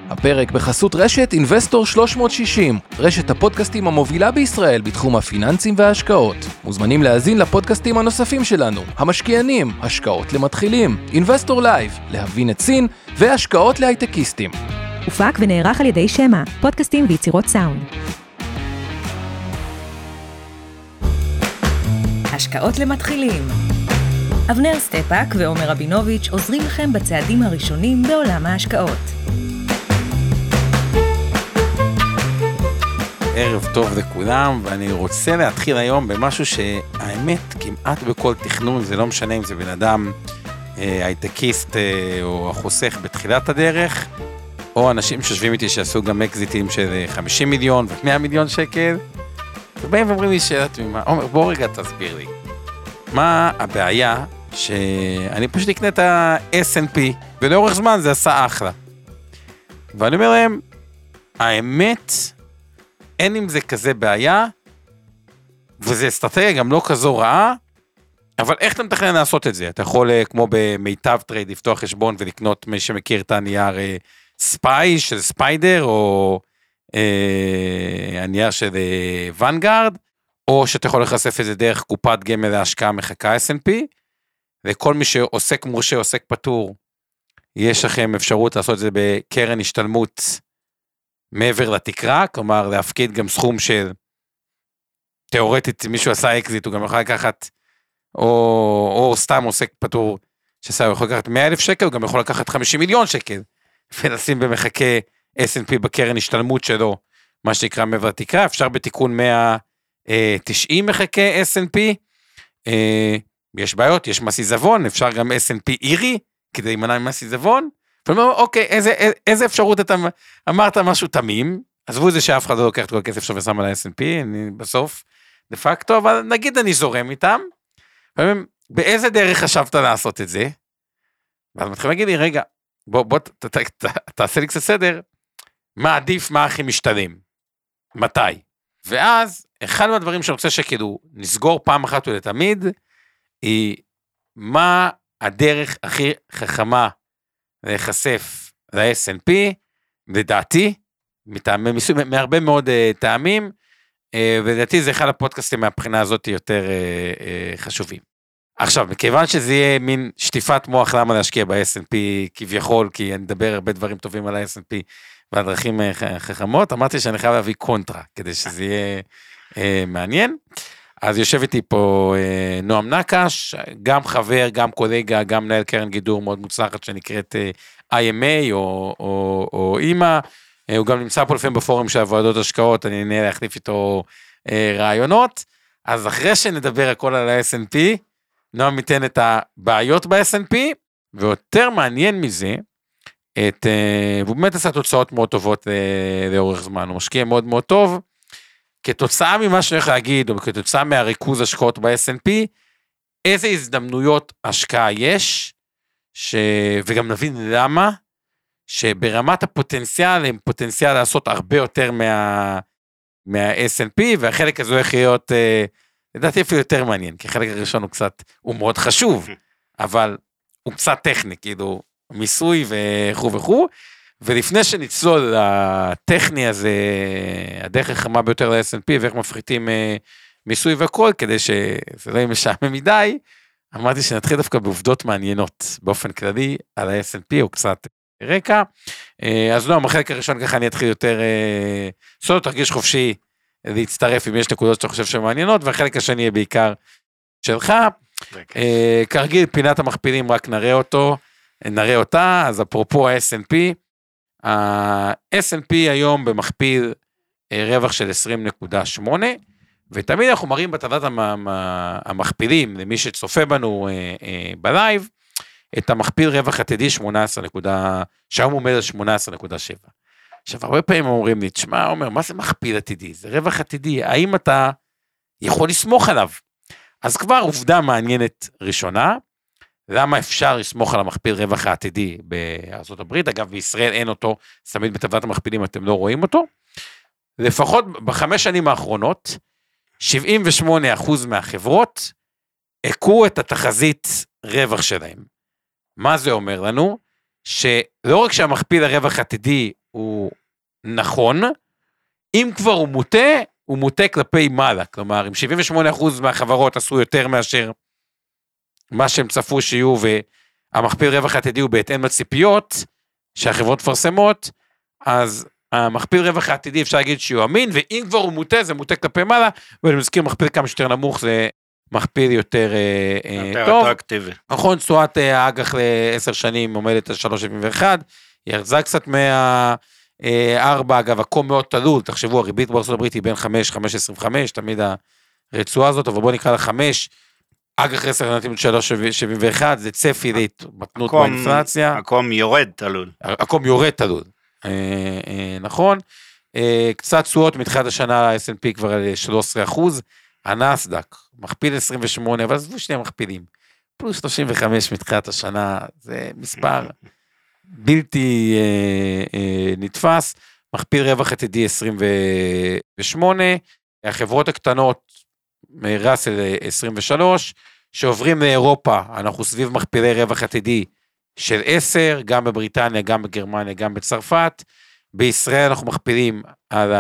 הפרק בחסות רשת Investor 360, רשת הפודקאסטים המובילה בישראל בתחום הפיננסים וההשקעות. מוזמנים להאזין לפודקאסטים הנוספים שלנו, המשקיענים, השקעות למתחילים, Investor Live, להבין את סין והשקעות להייטקיסטים. הופק ונערך על ידי שמה, פודקאסטים ויצירות סאונד. השקעות למתחילים. אבנר סטפאק ועומר רבינוביץ' עוזרים לכם בצעדים הראשונים בעולם ההשקעות. ערב טוב לכולם, ואני רוצה להתחיל היום במשהו שהאמת כמעט בכל תכנון, זה לא משנה אם זה בן אדם הייטקיסט או החוסך בתחילת הדרך, או אנשים שיושבים איתי שעשו גם אקזיטים של 50 מיליון ו100 מיליון שקל, ובאים ואומרים לי שאלה תמימה, עומר בוא רגע תסביר לי, מה הבעיה שאני פשוט אקנה את ה-S&P, ולאורך זמן זה עשה אחלה. ואני אומר להם, האמת, אין עם זה כזה בעיה, וזה אסטרטגיה גם לא כזו רעה, אבל איך אתה מתכנן לעשות את זה? אתה יכול כמו במיטב טרייד לפתוח חשבון ולקנות מי שמכיר את הנייר ספיי של ספיידר, או הנייר של ונגארד, או שאתה יכול לחשף את זה דרך קופת גמל להשקעה מחכה S&P, וכל מי שעוסק מורשה, עוסק פטור, יש לכם אפשרות לעשות את זה בקרן השתלמות מעבר לתקרה, כלומר להפקיד גם סכום של, תיאורטית מישהו עשה אקזיט, הוא גם יכול לקחת, או סתם עוסק פטור, הוא יכול לקחת 100,000 שקל, הוא גם יכול לקחת 50 מיליון שקל, ולשים במחכה S&P בקרן השתלמות שלו, מה שנקרא מעבר לתקרה, אפשר בתיקון 190 מחכה S&P, יש בעיות, יש מס עיזבון, אפשר גם S&P אירי, כדי להימנע ממס עיזבון, אוקיי, איזה אפשרות אתה אמרת משהו תמים, עזבו זה שאף אחד לא לוקח את כל הכסף שלו ושם על ה-S&P, אני בסוף דה פקטו, אבל נגיד אני זורם איתם, באיזה דרך חשבת לעשות את זה? ואז מתחילים להגיד לי, רגע, בוא תעשה לי קצת סדר, מה עדיף, מה הכי משתלם, מתי? ואז, אחד מהדברים שאני רוצה שכאילו נסגור פעם אחת ולתמיד, היא מה הדרך הכי חכמה להיחשף ל-S&P, לדעתי, מהרבה מאוד טעמים, ולדעתי זה אחד הפודקאסטים מהבחינה הזאת יותר חשובים. עכשיו, מכיוון שזה יהיה מין שטיפת מוח למה להשקיע ב-S&P כביכול, כי אני אדבר הרבה דברים טובים על ה-S&P והדרכים חכמות, אמרתי שאני חייב להביא קונטרה, כדי שזה יהיה מעניין. אז יושב איתי פה נועם נקש, גם חבר, גם קולגה, גם מנהל קרן גידור מאוד מוצלחת שנקראת IMA או אימא, הוא גם נמצא פה לפעמים בפורום של הוועדות השקעות, אני נהנה להחליף איתו רעיונות, אז אחרי שנדבר הכל על ה-S&P, נועם ייתן את הבעיות ב-S&P, ויותר מעניין מזה, והוא באמת עשה תוצאות מאוד טובות לאורך זמן, הוא משקיע מאוד מאוד טוב, כתוצאה ממה שאני הולך להגיד, או כתוצאה מהריכוז השקעות ב-S&P, איזה הזדמנויות השקעה יש, וגם נבין למה, שברמת הפוטנציאל, הם פוטנציאל לעשות הרבה יותר מה-S&P, והחלק הזה הולך להיות, לדעתי אפילו יותר מעניין, כי החלק הראשון הוא מאוד חשוב, אבל הוא קצת טכני, כאילו, מיסוי וכו' וכו', ולפני שנצלול לטכני הזה, הדרך החמה ביותר ל-S&P, ואיך מפחיתים מיסוי וכל, כדי שזה לא יהיה משעמם מדי, אמרתי שנתחיל דווקא בעובדות מעניינות, באופן כללי, על ה-S&P, או קצת רקע. אז לא, בחלק הראשון ככה אני אתחיל יותר, סוד תרגיש חופשי, להצטרף אם יש נקודות שאתה חושב שהן מעניינות, והחלק השני יהיה בעיקר שלך. כרגיל, פינת המכפילים, רק נראה אותה, אז אפרופו ה-S&P, ה-S&P היום במכפיל רווח של 20.8, ותמיד אנחנו מראים בטבלת המכפילים, למי שצופה בנו בלייב, את המכפיל רווח עתידי 18, שהיום עומד על 18.7. עכשיו, הרבה פעמים אומרים לי, תשמע, אומר, מה זה מכפיל עתידי? זה רווח עתידי, האם אתה יכול לסמוך עליו? אז כבר עובדה מעניינת ראשונה, למה אפשר לסמוך על המכפיל רווח העתידי בארצות הברית, אגב בישראל אין אותו, תמיד בטבלת המכפילים אתם לא רואים אותו, לפחות ב5 שנים האחרונות, 78% מהחברות, עקו את התחזית רווח שלהם. מה זה אומר לנו? שלא רק שהמכפיל הרווח העתידי הוא נכון, אם כבר הוא מוטה כלפי מעלה, כלומר, אם 78% מהחברות עשו יותר מאשר מה שהם צפו שיהיו, והמכפיל רווח העתידי הוא בהתאם לציפיות, שהחברות פרסמות, אז המכפיל רווח העתידי אפשר להגיד שהוא אמין, ואם כבר הוא מוטה, זה מוטה כלפי מעלה, ואני מזכיר מכפיל כמה שיותר נמוך, זה מכפיל יותר טוב. אטרקטיבי. נכון, תשואת האג"ח ל10 שנים עומדת על 3.71, היא ירדה קצת מה4, אגב, הכל מאוד תלול, תחשבו, הריבית בארצות הברית היא בין 5.25, תמיד הרצועה הזאת, אבל בואו נקרא לה 5, אג"ח 10 נתים 3.71, זה צפי להתמתנות באינפלציה. הקום יורד תלול. הקום יורד תלול, נכון. קצת תשואות מתחילת השנה, ה-S&P כבר על 13%, הנסדק, מכפיל 28, אבל עזבו שני מכפילים, פלוס 35 מתחילת השנה, זה מספר בלתי נתפס, מכפיל רווח עתידי 28, החברות הקטנות, ראסל 23, שעוברים לאירופה, אנחנו סביב מכפילי רווח עתידי של 10, גם בבריטניה, גם בגרמניה, גם בצרפת, בישראל אנחנו מכפילים על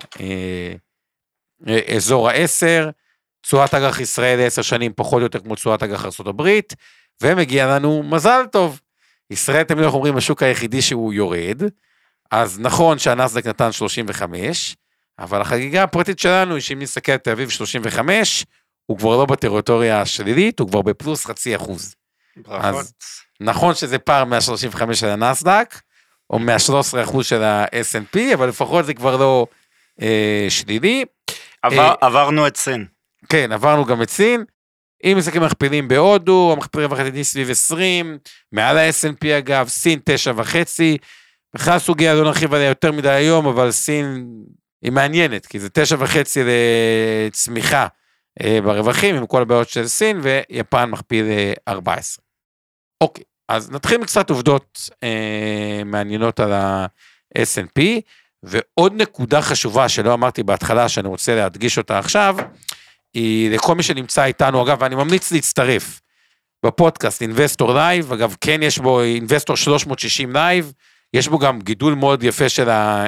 אזור ה-10, תשואת אג"ח ישראל 10 שנים פחות או יותר כמו תשואת אג"ח ארצות הברית, ומגיע לנו מזל טוב. ישראל תמיד אנחנו אומרים השוק היחידי שהוא יורד, אז נכון שהנסדק נתן 35, אבל החגיגה הפרטית שלנו היא שאם נסתכל על תל אביב 35, הוא כבר לא בטריטוריה השלילית, הוא כבר בפלוס 0.5%. אז נכון שזה פער מה-35 של הנסדק, או מה-13% של ה-S&P, אבל לפחות זה כבר לא שלילי. עברנו את סין. כן, עברנו גם את סין. אם מסתכלים מכפילים בהודו, המכפיל רווח עתידי סביב 20, מעל ה-S&P אגב, סין 9.5, בכלל סוגיה, לא נרחיב עליה יותר מדי היום, אבל סין היא מעניינת, כי זה 9.5 לצמיחה ברווחים, עם כל הבעיות של סין, ויפן מכפיל 14. אוקיי, אז נתחיל מקצת עובדות מעניינות על ה-S&P, ועוד נקודה חשובה שלא אמרתי בהתחלה, שאני רוצה להדגיש אותה עכשיו, היא לכל מי שנמצא איתנו, אגב, ואני ממליץ להצטרף בפודקאסט אינבסטור לייב, אגב, כן יש בו אינבסטור 360 לייב, יש בו גם גידול מאוד יפה של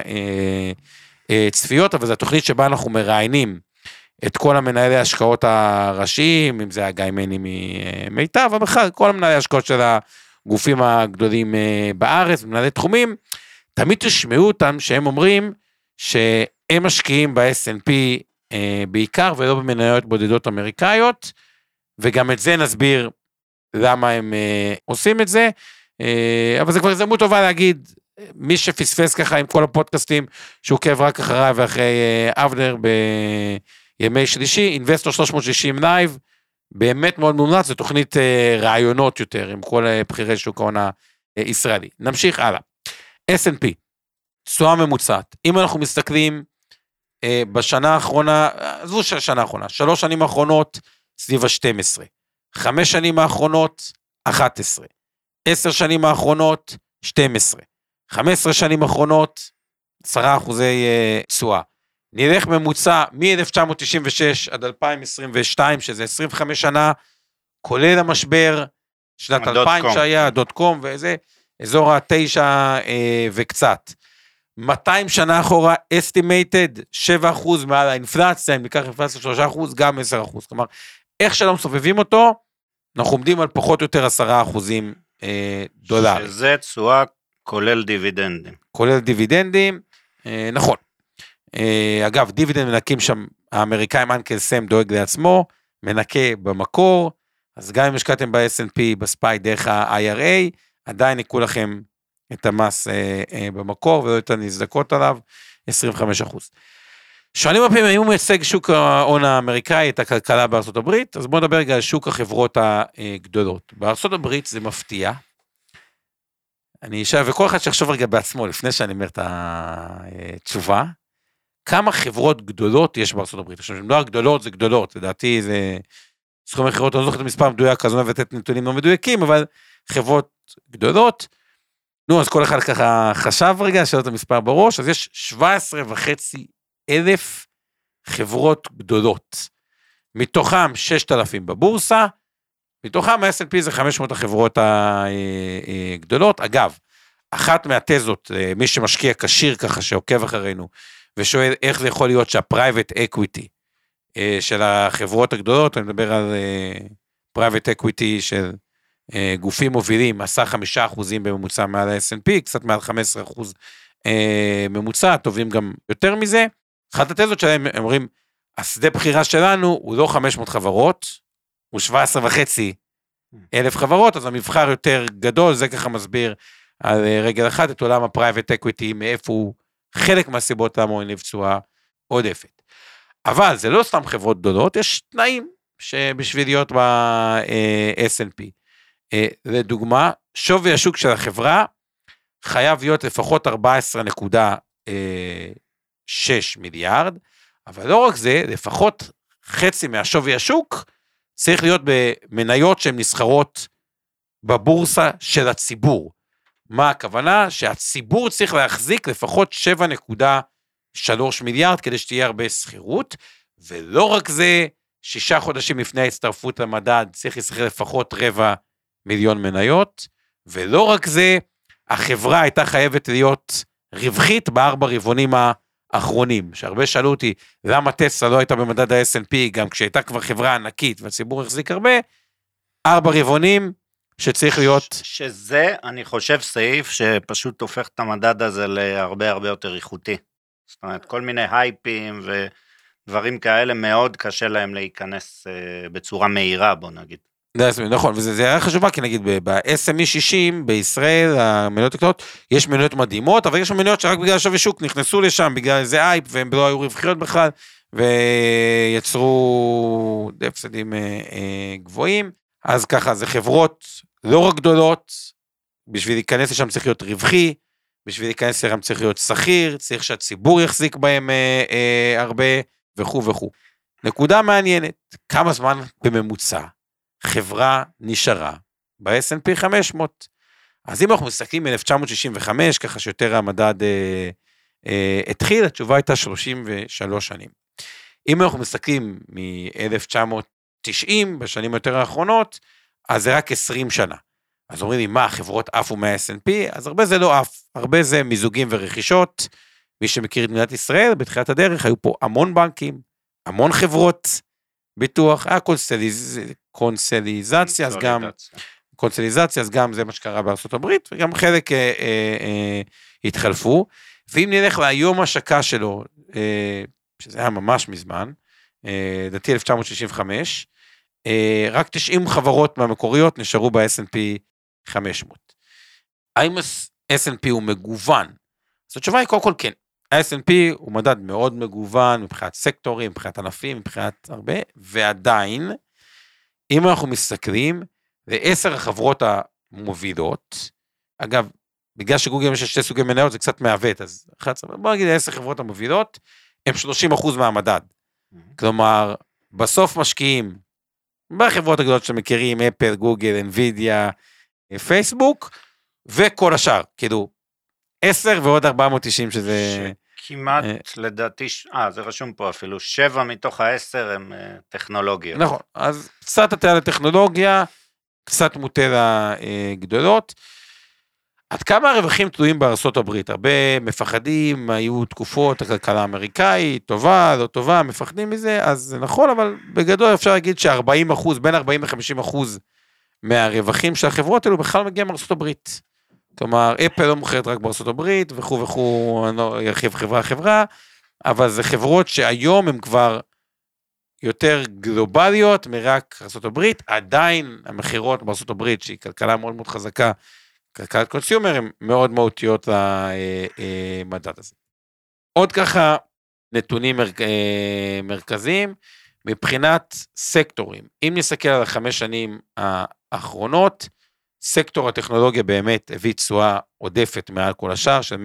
הצפיות, אבל זו התוכנית שבה אנחנו מראיינים את כל המנהלי ההשקעות הראשיים, אם זה הגיא מני ממיטב, אבל בכלל, כל המנהלי ההשקעות של הגופים הגדולים בארץ, מנהלי תחומים, תמיד תשמעו אותם שהם אומרים שהם משקיעים ב-S&P בעיקר, ולא במניות בודדות אמריקאיות, וגם את זה נסביר למה הם עושים את זה, אבל זה כבר הזדמנות טובה להגיד, מי שפספס ככה עם כל הפודקאסטים, שהוא עוקב רק אחריי ואחרי אבנר בימי שלישי, אינבסטור 360 לייב, באמת מאוד מומלץ, זו תוכנית רעיונות יותר, עם כל בחירי שוק ההון הישראלי. נמשיך הלאה. S&P, תשואה ממוצעת, אם אנחנו מסתכלים בשנה האחרונה, זו שנה האחרונה, 3 שנים האחרונות סביב ה-12, 5 שנים האחרונות 11, 10 שנים האחרונות 12, 15 שנים האחרונות 10% תשואה. נלך ממוצע מ-1996 עד 2022, שזה 25 שנה, כולל המשבר, שנת 2000 שהיה, .com וזה, אזור ה-9 וקצת. 200 שנה אחורה, estimated 7% מעל האינפלציה, אם ניקח אינפלציה 3%, גם 10%. כלומר, איך שלא מסובבים אותו, אנחנו עומדים על פחות או יותר 10% דולר. שזה תשואה כולל דיבידנדים. כולל דיבידנדים, נכון. אגב, דיבידנד מנקים שם, האמריקאים אנקל סם דואג לעצמו, מנקה במקור, אז גם אם השקעתם ב-S&P, בספיי דרך ה-IRA, עדיין יקו לכם את המס במקור, ולא יותר נזדקות עליו, 25%. שואלים הפעמים, האם הוא מייצג שוק ההון האמריקאי, את הכלכלה בארצות הברית, אז בואו נדבר רגע על שוק החברות הגדולות. בארצות הברית זה מפתיע, אני אשאל, וכל אחד שיחשוב רגע בעצמו, לפני שאני אומר את התשובה, כמה חברות גדולות יש בארצות הברית? עכשיו, לא הגדולות זה גדולות, לדעתי זה סכומי חברות, אני לא זוכר את המספר מדויק, אז אני אוהב לתת נתונים לא מדויקים, אבל חברות גדולות, נו, אז כל אחד ככה חשב רגע, שאלה את המספר בראש, אז יש 17,500 חברות גדולות, מתוכם 6,000 בבורסה, מתוכם ה-S&P זה 500 החברות הגדולות, אגב, אחת מהתזות, מי שמשקיע כשיר ככה, שעוקב אחרינו, ושואל איך זה יכול להיות שהפרייבט אקוויטי של החברות הגדולות, אני מדבר על פרייבט אקוויטי של גופים מובילים, עשה 5% בממוצע מעל ה-S&P, קצת מעל 15% ממוצע, טובים גם יותר מזה. אחת התזות שלהם, הם אומרים, השדה בחירה שלנו הוא לא 500 חברות, הוא 17,500 חברות, אז המבחר יותר גדול, זה ככה מסביר על רגל אחת את עולם הפרייבט אקוויטי, מאיפה הוא חלק מהסיבות למה הוא נפצועה עודפת. אבל זה לא סתם חברות גדולות, יש תנאים שבשביל להיות ב-S&P. לדוגמה, שווי השוק של החברה חייב להיות לפחות 14.6 מיליארד, אבל לא רק זה, לפחות חצי מהשווי השוק צריך להיות במניות שהן נסחרות בבורסה של הציבור. מה הכוונה? שהציבור צריך להחזיק לפחות 7.3 מיליארד כדי שתהיה הרבה סחירות, ולא רק זה, 6 חודשים לפני ההצטרפות למדד צריך להסחר לפחות 250,000 מניות, ולא רק זה, החברה הייתה חייבת להיות רווחית ב4 רבעונים האחרונים, שהרבה שאלו אותי, למה טסלה לא הייתה במדד ה-S&P, גם כשהייתה כבר חברה ענקית, והציבור החזיק הרבה, 4 רבעונים שצריך להיות... שזה, אני חושב, סעיף שפשוט הופך את המדד הזה להרבה הרבה יותר איכותי. זאת אומרת, כל מיני הייפים ודברים כאלה, מאוד קשה להם להיכנס בצורה מהירה, בוא נגיד. נכון, וזה היה חשובה, כי נגיד ב-SME 60 בישראל, המניות הקטנות, יש מניות מדהימות, אבל יש מניות שרק בגלל שווי שוק נכנסו לשם, בגלל איזה אייפ, והם לא היו רווחיות בכלל, ויצרו הפסדים גבוהים, אז ככה, זה חברות לא רק גדולות, בשביל להיכנס לשם צריך להיות רווחי, בשביל להיכנס לשם צריך להיות שכיר, צריך שהציבור יחזיק בהם הרבה, וכו' וכו'. נקודה מעניינת, כמה זמן בממוצע, חברה נשארה ב-S&P 500. אז אם אנחנו מסתכלים מ-1965, ככה שיותר המדד התחיל, התשובה הייתה 33 שנים. אם אנחנו מסתכלים מ-1990, בשנים יותר האחרונות, אז זה רק 20 שנה. אז אומרים לי, מה, החברות עפו מה-S&P? אז הרבה זה לא עף, הרבה זה מיזוגים ורכישות. מי שמכיר את מדינת ישראל, בתחילת הדרך, היו פה המון בנקים, המון חברות ביטוח, קונסוליזציה, אז גם זה מה שקרה בארצות הברית, וגם חלק התחלפו, ואם נלך ליום השקה שלו, שזה היה ממש מזמן, דעתי 1965, רק 90 חברות מהמקוריות נשארו ב-S&P 500. האם ה-S&P הוא מגוון? אז התשובה היא קודם כל כן, ה-S&P הוא מדד מאוד מגוון, מבחינת סקטורים, מבחינת ענפים, מבחינת הרבה, ועדיין, אם אנחנו מסתכלים, ל10 החברות המובילות, אגב, בגלל שגוגל יש 2 סוגי מניות, זה קצת מעוות, אז בוא נגיד, 10 חברות המובילות, הם 30% מהמדד. כלומר, בסוף משקיעים, בחברות הגדולות שמכירים, אפל, גוגל, אנווידיה, פייסבוק, וכל השאר, כאילו, 10 ועוד 490 שזה... כמעט לדעתי, זה רשום פה אפילו, 7 מתוך ה10 הם טכנולוגיות. נכון, אז קצת יותר לטכנולוגיה, קצת מוטה לגדולות. עד כמה הרווחים תלויים בארצות הברית? הרבה מפחדים, היו תקופות, הכלכלה האמריקאית, טובה, לא טובה, מפחדים מזה, אז זה נכון, אבל בגדול אפשר להגיד ש40%, בין 40-50% מהרווחים של החברות האלו בכלל מגיע מארצות הברית. כלומר, אפל לא מוכרת רק בארצות הברית, וכו' וכו', אני לא ירחיב חברה, אבל זה חברות שהיום הן כבר יותר גלובליות מרק ארצות הברית, עדיין המחירות בארצות הברית, שהיא כלכלה מאוד מאוד חזקה, כלכלת קונסיומר, הן מאוד מהותיות למדד הזה. עוד ככה נתונים מרכזיים, מבחינת סקטורים, אם נסתכל על 5 שנים האחרונות, סקטור הטכנולוגיה באמת הביא תשואה עודפת מעל כל השאר של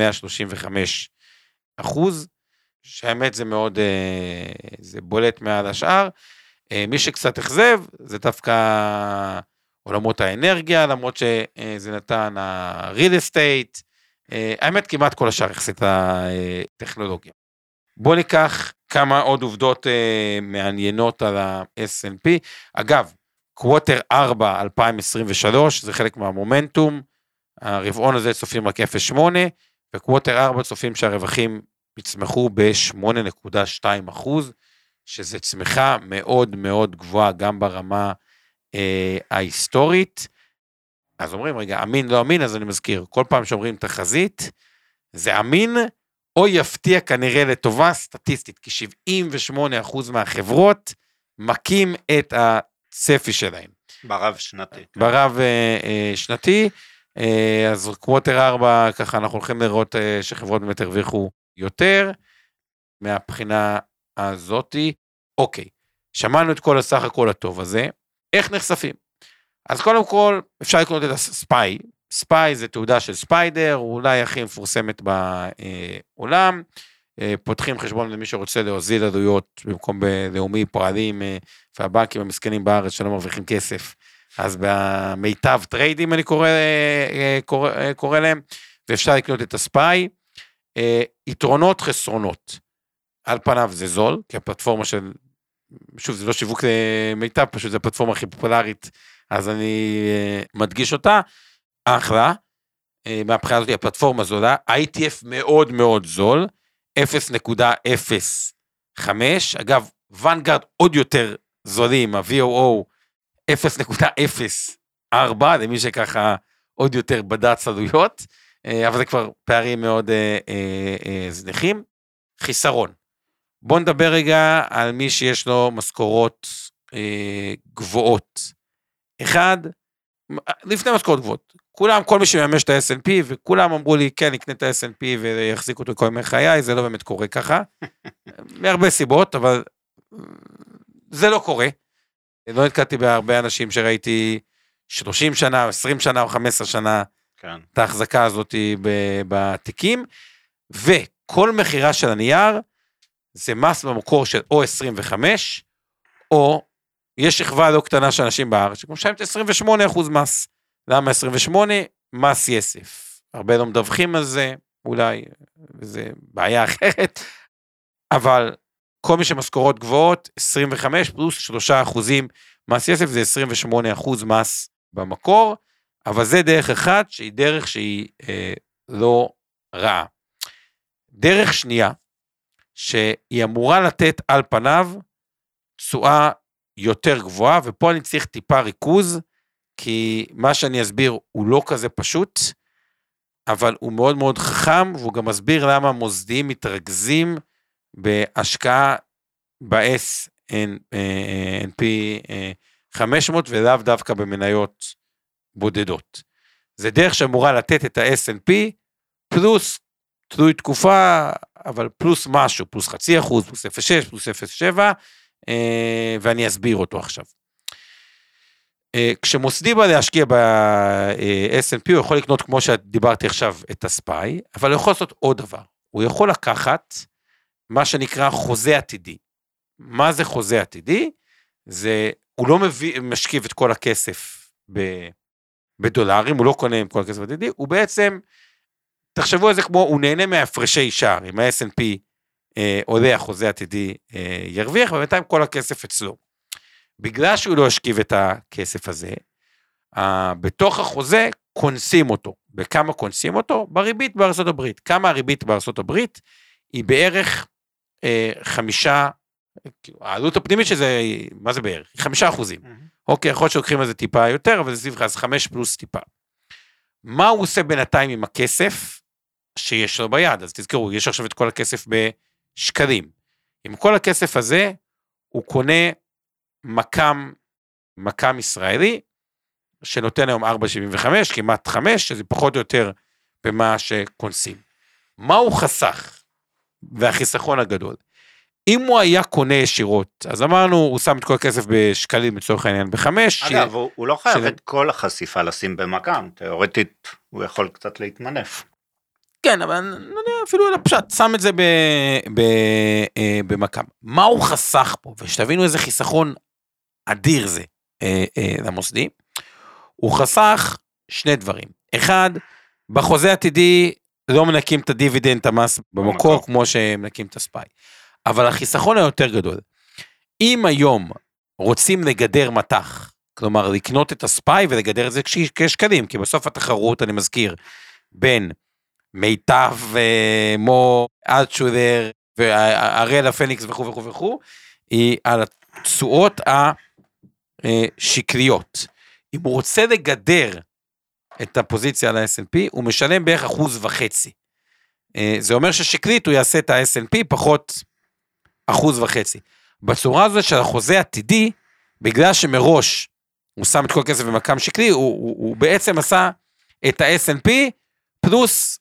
135%, שהאמת זה מאוד, זה בולט מעל השאר. מי שקצת אכזב, זה דווקא עולמות האנרגיה, למרות שזה נתן ה-real estate, האמת כמעט כל השאר יחסית הטכנולוגיה. בואו ניקח כמה עוד עובדות מעניינות על ה-S&P. אגב, קווטר 4 2023, זה חלק מהמומנטום, הרבעון הזה צופים רק 0.8, וקווטר 4 צופים שהרווחים יצמחו ב-8.2%, שזה צמיחה מאוד מאוד גבוהה, גם ברמה ההיסטורית. אז אומרים, רגע, אמין לא אמין, אז אני מזכיר, כל פעם שאומרים תחזית, זה אמין, או יפתיע כנראה לטובה סטטיסטית, כי 78% מהחברות מקים את הצפי שלהם. ברב שנתי. ברב שנתי, אז קווטר 4, ככה אנחנו הולכים לראות שחברות באמת הרוויחו יותר, מהבחינה הזאתי. אוקיי, שמענו את כל הסך הכל הטוב הזה, איך נחשפים? אז קודם כל, אפשר לקנות את הספיי, ספיי זה תעודה של ספיידר, אולי הכי מפורסמת בעולם, פותחים חשבון למי שרוצה להוזיל עלויות, במקום בלאומי פועלים, והבנקים המסכנים בארץ שלא מרוויחים כסף, אז במיטב טריידים אני קורא להם, ואפשר לקנות את הספיי, יתרונות חסרונות, על פניו זה זול, כי הפלטפורמה של, שוב זה לא שיווק מיטב, פשוט זה הפלטפורמה הכי פופולרית, אז אני מדגיש אותה, אחלה, מהבחינה הזאת הפלטפורמה זולה, ITF מאוד מאוד זול, 0.05, אגב, ונגארד עוד יותר זולים, ה-VOO 0.04, למי שככה עוד יותר בד"ץ עלויות, אבל זה כבר פערים מאוד זניחים. חיסרון, בואו נדבר רגע על מי שיש לו משכורות גבוהות. אחד, לפני משכורות גבוהות, כולם, כל מי שממש את ה-S&P, וכולם אמרו לי, כן, נקנה את ה-S&P ויחזיק אותו כל ימי חיי, זה לא באמת קורה ככה, מהרבה סיבות, אבל זה לא קורה. לא נתקעתי בהרבה אנשים שראיתי 30 שנה, 20 שנה או 15 שנה, כן. את ההחזקה הזאת בתיקים, וכל מחירה של הנייר, זה מס במקור של או 25, או יש שכבה לא קטנה של אנשים בארץ, שכמו שיימת 28% מס. למה 28? מס יסף. הרבה לא מדווחים על זה, אולי, וזה בעיה אחרת, אבל כל מי שמשכורות גבוהות, 25 פלוס 3% מס יסף, זה 28% מס במקור, אבל זה דרך אחת, שהיא דרך שהיא לא רעה. דרך שנייה, שהיא אמורה לתת על פניו, תשואה יותר גבוהה, ופה אני צריך טיפה ריכוז, כי מה שאני אסביר הוא לא כזה פשוט, אבל הוא מאוד מאוד חכם, והוא גם מסביר למה מוסדיים מתרכזים בהשקעה ב-S&P 500, ולאו דווקא במניות בודדות. זה דרך שאמורה לתת את ה-S&P, פלוס, תלוי תקופה, אבל פלוס משהו, פלוס 0.5%, פלוס 0.6, פלוס 0.7, ואני אסביר אותו עכשיו. כשמוסדי בא להשקיע ב-S&P, הוא יכול לקנות, כמו שדיברתי עכשיו, את הספיי, אבל הוא יכול לעשות עוד דבר. הוא יכול לקחת מה שנקרא חוזה עתידי. מה זה חוזה עתידי? זה, הוא לא משקיב את כל הכסף בדולרים, הוא לא קונה עם כל הכסף עתידי, הוא בעצם, תחשבו על זה כמו, הוא נהנה מהפרשי שער, עם ה-S&P עולה החוזה עתידי ירוויח, ובינתיים כל הכסף אצלו. בגלל שהוא לא השקיב את הכסף הזה, בתוך החוזה קונסים אותו. בכמה קונסים אותו? בריבית בארצות הברית. כמה הריבית בארצות הברית? היא בערך 5, העלות הפנימית שזה, מה זה בערך? 5%. אוקיי, יכול להיות שלוקחים על זה טיפה יותר, אבל זה סביב 5 פלוס טיפה. מה הוא עושה בינתיים עם הכסף שיש לו ביד? אז תזכרו, יש עכשיו את כל הכסף בשקלים. עם כל הכסף הזה, הוא קונה מקם ישראלי, שנותן היום 4.75, כמעט 5, שזה פחות או יותר במה שקונסים. מה הוא חסך? והחיסכון הגדול. אם הוא היה קונה ישירות, אז אמרנו, הוא שם את כל הכסף בשקלים, בצורך העניין ב5. אגב, הוא לא חייב את כל החשיפה לשים במקם, תיאורטית, הוא יכול קצת להתמנף. כן, אבל אפילו לפשט, שם את זה במקם. מה הוא חסך פה? ושתבינו איזה חיסכון אדיר זה למוסדי. הוא חסך שני דברים. אחד, בחוזה עתידי לא מנקים את הדיבידנד, המס במקור, כמו שמנקים את הספיי. אבל החיסכון היותר גדול, אם היום רוצים לגדר מתח, כלומר, לקנות את הספיי ולגדר את זה כשקלים, כי בסוף התחרות, אני מזכיר, בין מיטב, מו, אלטשודר, והראל הפניקס וכו' וכו' וכו', היא על התשואות השקריות. אם הוא רוצה לגדר את הפוזיציה על ה-S&P, הוא משלם בערך 1.5%. זה אומר ששקרית הוא יעשה את ה-S&P פחות 1.5%. בצורה הזו של החוזה עתידי, בגלל שמראש הוא שם את כל כסף במקם שקרי, הוא בעצם עשה את ה-S&P פלוס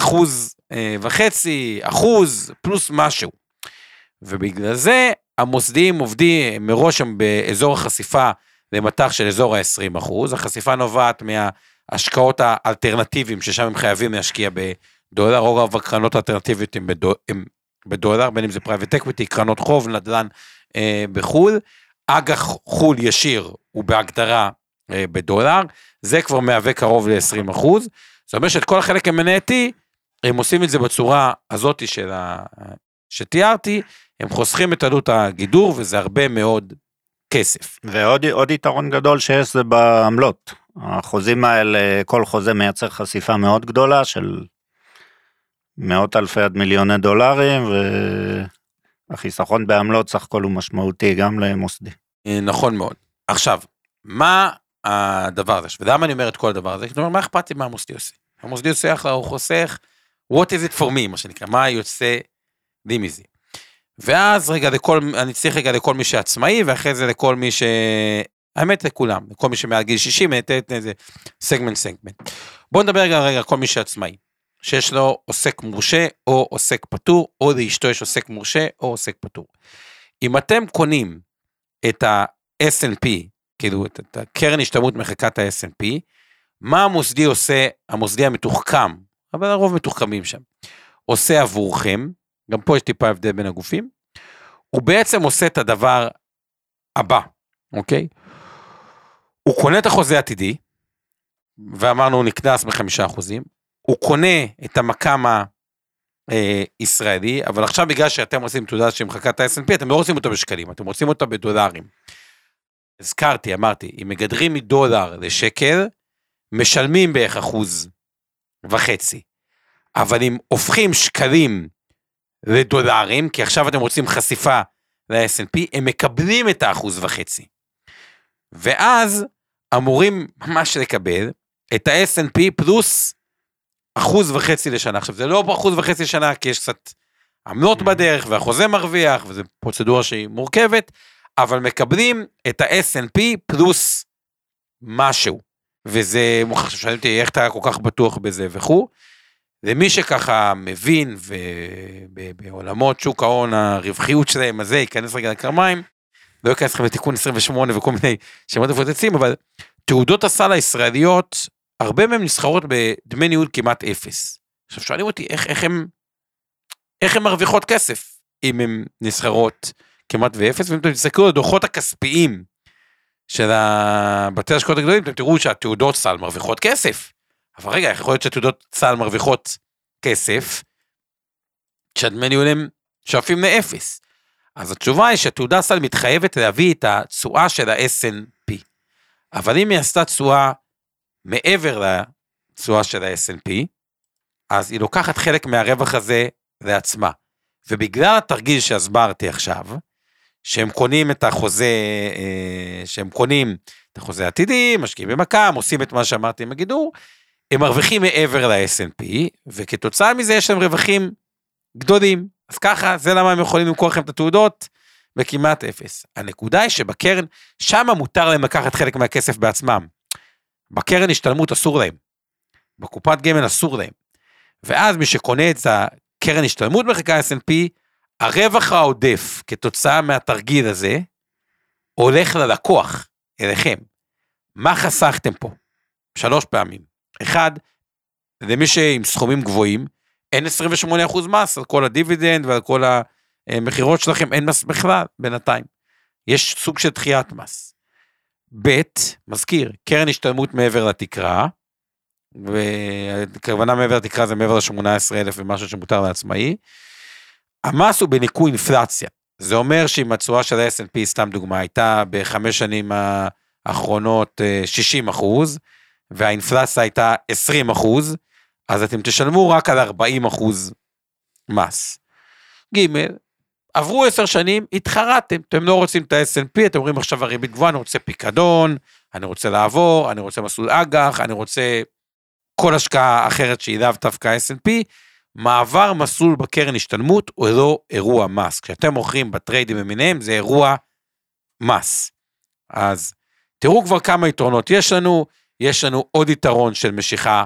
1.5%, פלוס משהו. ובגלל זה המוסדיים עובדים מראש הם באזור החשיפה למטח של אזור ה-20%, החשיפה נובעת מההשקעות האלטרנטיביים ששם הם חייבים להשקיע בדולר, רוב הקרנות האלטרנטיביות הם בדולר, בין אם זה פרייבט אקוויטי, קרנות חוב, נדל"ן בחול, אג"ח חול ישיר הוא בהגדרה בדולר, זה כבר מהווה קרוב ל-20%, זאת אומרת שאת כל החלק המנייתי, הם עושים את זה בצורה הזאת שתיארתי, הם חוסכים את עלות הגידור, וזה הרבה מאוד כסף. ועוד יתרון גדול שיש זה בעמלות, החוזים האלה, כל חוזה מייצר חשיפה מאוד גדולה, של מאות אלפי עד מיליוני דולרים, והחיסכון בעמלות סך הכל הוא משמעותי גם למוסדי. נכון מאוד. עכשיו, מה הדבר הזה? ולמה אני אומר את כל הדבר הזה? כלומר, מה אכפת לי מה המוסדי עושה? המוסדי עושה אחלה, הוא חוסך, what is it for me, מה שנקרא, מה יוצא לי מזה. ואז רגע, אני צריך רגע לכל מי שעצמאי, ואחרי זה לכל מי האמת לכולם, לכל מי שמעל גיל 60, נתת איזה סגמנט. בואו נדבר רגע כל מי שעצמאי, שיש לו עוסק מורשה, או עוסק פטור, או לאשתו יש עוסק מורשה, או עוסק פטור. אם אתם קונים את ה-S&P, כאילו את הקרן השתלמות מחקת ה-S&P, מה המוסדי עושה, המוסדי המתוחכם, אבל הרוב מתוחכמים שם, עושה עבורכם, גם פה יש טיפה הבדל בין הגופים, הוא בעצם עושה את הדבר הבא, אוקיי? הוא קונה את החוזה העתידי, ואמרנו הוא נקנס ב5%, הוא קונה את המקם הישראלי, אבל עכשיו בגלל שאתם עושים תעודה שמחקת ה-S&P, אתם לא עושים אותה בשקלים, אתם עושים אותה בדולרים. הזכרתי, אמרתי, אם מגדרים מדולר לשקל, משלמים בערך 1.5%, אבל אם הופכים שקלים לדולרים, כי עכשיו אתם רוצים חשיפה ל-S&P, הם מקבלים את ה1.5%. ואז אמורים ממש לקבל את ה-S&P פלוס 1.5% לשנה. עכשיו זה לא 1.5% לשנה, כי יש קצת עמלות בדרך, והחוזה מרוויח, וזו פרוצדורה שהיא מורכבת, אבל מקבלים את ה-S&P פלוס משהו. וזה, שאלתי אותי, איך אתה כל כך בטוח בזה וכו'. למי שככה מבין, ובעולמות שוק ההון, הרווחיות שלהם הזה, ייכנס רגע לקרמיים, לא ייכנס לכם לתיקון 28 וכל מיני שמות מפוצצים, אבל תעודות הסל הישראליות, הרבה מהם נסחרות בדמי ניהול כמעט 0. עכשיו שואלים אותי, איך הן מרוויחות כסף, אם הן נסחרות כמעט ו-0, ואם אתם תסתכלו על הדוחות הכספיים, של בתי השקעות הגדולים, אתם תראו שהתעודות סל מרוויחות כסף. אבל רגע, איך יכול להיות שהתעודות סל מרוויחות כסף, שהדמי ניהול הם שואפים ל-0. אז התשובה היא שהתעודה סל מתחייבת להביא את התשואה של ה-S&P. אבל אם היא עשתה תשואה מעבר לתשואה של ה-S&P, אז היא לוקחת חלק מהרווח הזה לעצמה. ובגלל התרגיל שהסברתי עכשיו, שהם קונים את החוזה העתידי, משקיעים במקם, עושים את מה שאמרתי עם הגידור, הם מרוויחים מעבר ל-S&P, וכתוצאה מזה יש להם רווחים גדולים. אז ככה, זה למה הם יכולים למכור לכם את התעודות, בכמעט 0. הנקודה היא שבקרן, שם מותר להם לקחת חלק מהכסף בעצמם. בקרן השתלמות אסור להם. בקופת גמל אסור להם. ואז מי שקונה את הקרן השתלמות מחקה S&P, הרווח העודף כתוצאה מהתרגיל הזה, הולך ללקוח, אליכם. מה חסכתם פה? 3 פעמים. 1, למי שעם סכומים גבוהים, אין 28% מס על כל הדיבידנד ועל כל המחירות שלכם, אין מס בכלל בינתיים. יש סוג של דחיית מס. ב', מזכיר, קרן השתלמות מעבר לתקרה, וכוונה מעבר לתקרה זה מעבר ל-18,000 ומשהו שמותר לעצמאי, המס הוא בניקוי אינפלציה, זה אומר שאם התשואה של ה-S&P, סתם דוגמה, הייתה ב5 שנים האחרונות 60%, והאינפלציה הייתה 20%, אז אתם תשלמו רק על 40% מס. ג' עברו 10 שנים, התחרתם, אתם לא רוצים את ה-S&P, אתם אומרים עכשיו הריבית גבוהה, אני רוצה פיקדון, אני רוצה לעבור, אני רוצה מסלול אג"ח, אני רוצה כל השקעה אחרת שהיא לאו דווקא ה-S&P, מעבר מסלול בקרן השתלמות הוא לא אירוע מס, כשאתם מוכרים בטריידים למיניהם, זה אירוע מס. אז תראו כבר כמה יתרונות יש לנו עוד יתרון של משיכה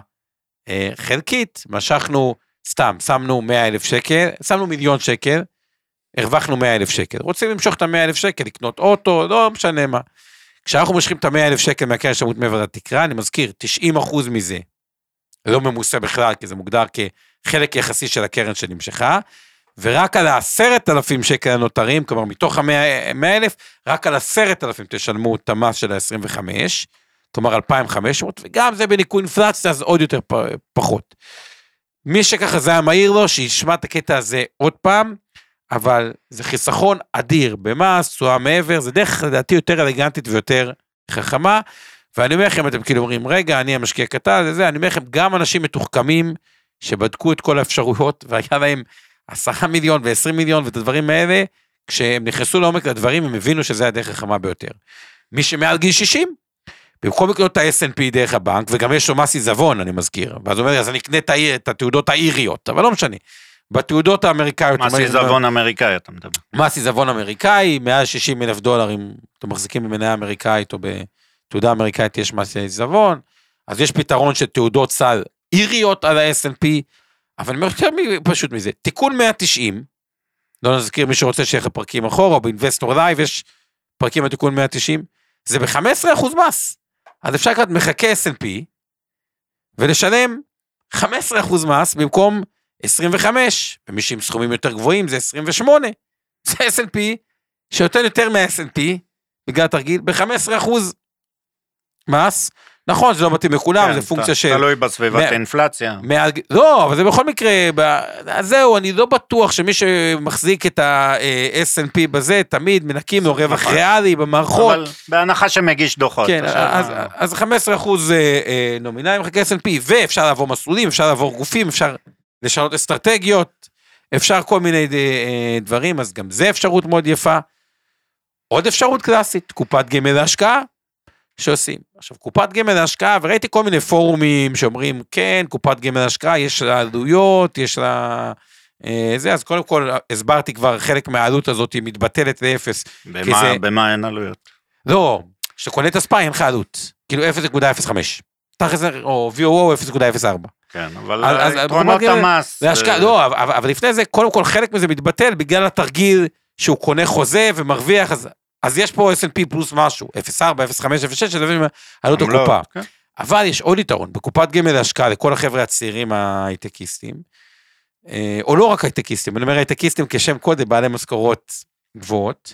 חלקית, משכנו סתם, שמנו 100,000 שקל, שמנו מיליון שקל, הרווחנו 100,000 שקל, רוצים למשוך את ה-100,000 שקל, לקנות אוטו, לא משנה מה. כשאנחנו מושכים את ה-100,000 שקל מהקרן השתלמות מעבר לתקרה, אני מזכיר, 90% מזה, לא ממוסה בכלל, כי זה מוגדר כחלק יחסי של הקרן שנמשכה, ורק על 10,000 שקל הנותרים, כלומר מתוך ה-100,000, רק על 10,000 תשלמו את המס של ה-25, כלומר 2,500, וגם זה בניקוי אינפלציה, אז עוד יותר פחות. מי שככה זה היה מהיר לו, שישמע את הקטע הזה עוד פעם, אבל זה חיסכון אדיר במס, תשואה מעבר, זה דרך לדעתי יותר אלגנטית ויותר חכמה, ואני אומר לכם, אתם כאילו אומרים, רגע, אני המשקיע קטן, אני אומר לכם, גם אנשים מתוחכמים, שבדקו את כל האפשרויות, והיה להם 10 מיליון ו20 מיליון, ואת הדברים האלה, כשהם נכנסו לעומק לדברים, הם הבינו שזה הדרך החכמה ביותר. מי שמעל גיל 60, במקום לקנות את ה-S&P דרך הבנק, וגם יש לו מס עיזבון, אני מזכיר, ואז הוא אומר, אז אני אקנה את התעודות האיריות, אבל לא משנה. בתעודות האמריקאיות... מס עיזבון אמריקאי, אתה מדבר. מס עיזבון אמריקאי, מעל $60,000, אם אתם מחזיקים במניה אמריקאית, או בתעודה אמריקאית יש מס עיזבון, אז יש פתרון של תעודות סל איריות על ה-S&P, אבל אני אומר יותר פשוט מזה, תיקון 190, לא נזכיר מי שרוצה שייך לפרקים אחורה, או באינבסטור לייב, יש פרקים בתיקון 190, זה ב-15% מס, אז אפשר לקראת מחכה S&P, ולשלם 15% מס, במקום 25, ומי שעם סכומים יותר גבוהים, זה 28, זה S&P, שיותר יותר מה-S&P, בגלל התרגיל, ב-15% מס, נכון, זה לא מתאים לכולם, זה פונקציה של... תלוי בסביבת האינפלציה. לא, אבל זה בכל מקרה, זהו, אני לא בטוח שמי שמחזיק את ה-S&P בזה, תמיד מנקים לו רווח ריאלי במערכות. אבל בהנחה שמגיש דוחות. כן, אז 15% נומינליים מחכה S&P, ואפשר לעבור מסלולים, אפשר לעבור גופים, אפשר לשנות אסטרטגיות, אפשר כל מיני דברים, אז גם זה אפשרות מאוד יפה. עוד אפשרות קלאסית, קופת גמל להשקעה, שעושים. עכשיו, קופת גמל להשקעה, וראיתי כל מיני פורומים שאומרים, כן, קופת גמל להשקעה, יש לה עלויות, יש לה... זה, אז קודם כל, הסברתי כבר, חלק מהעלות הזאת היא מתבטלת לאפס. במה אין עלויות? לא, כשקונה את הספאי, אין לך עלות. כאילו 0.05. או VOO 0.04. כן, אבל יתרונות המס... לא, אבל לפני זה, קודם כל, חלק מזה מתבטל, בגלל התרגיל שהוא קונה חוזה ומרוויח, אז יש פה S&P פלוס משהו, 0.4, 0.5, 0.6, שזה עלות הקופה. אבל יש עוד יתרון, בקופת גמל להשקעה, לכל החבר'ה הצעירים ההייטקיסטים, או לא רק הייטקיסטים, אני אומר הייטקיסטים כשם קודם, בעלי משכורות גבוהות,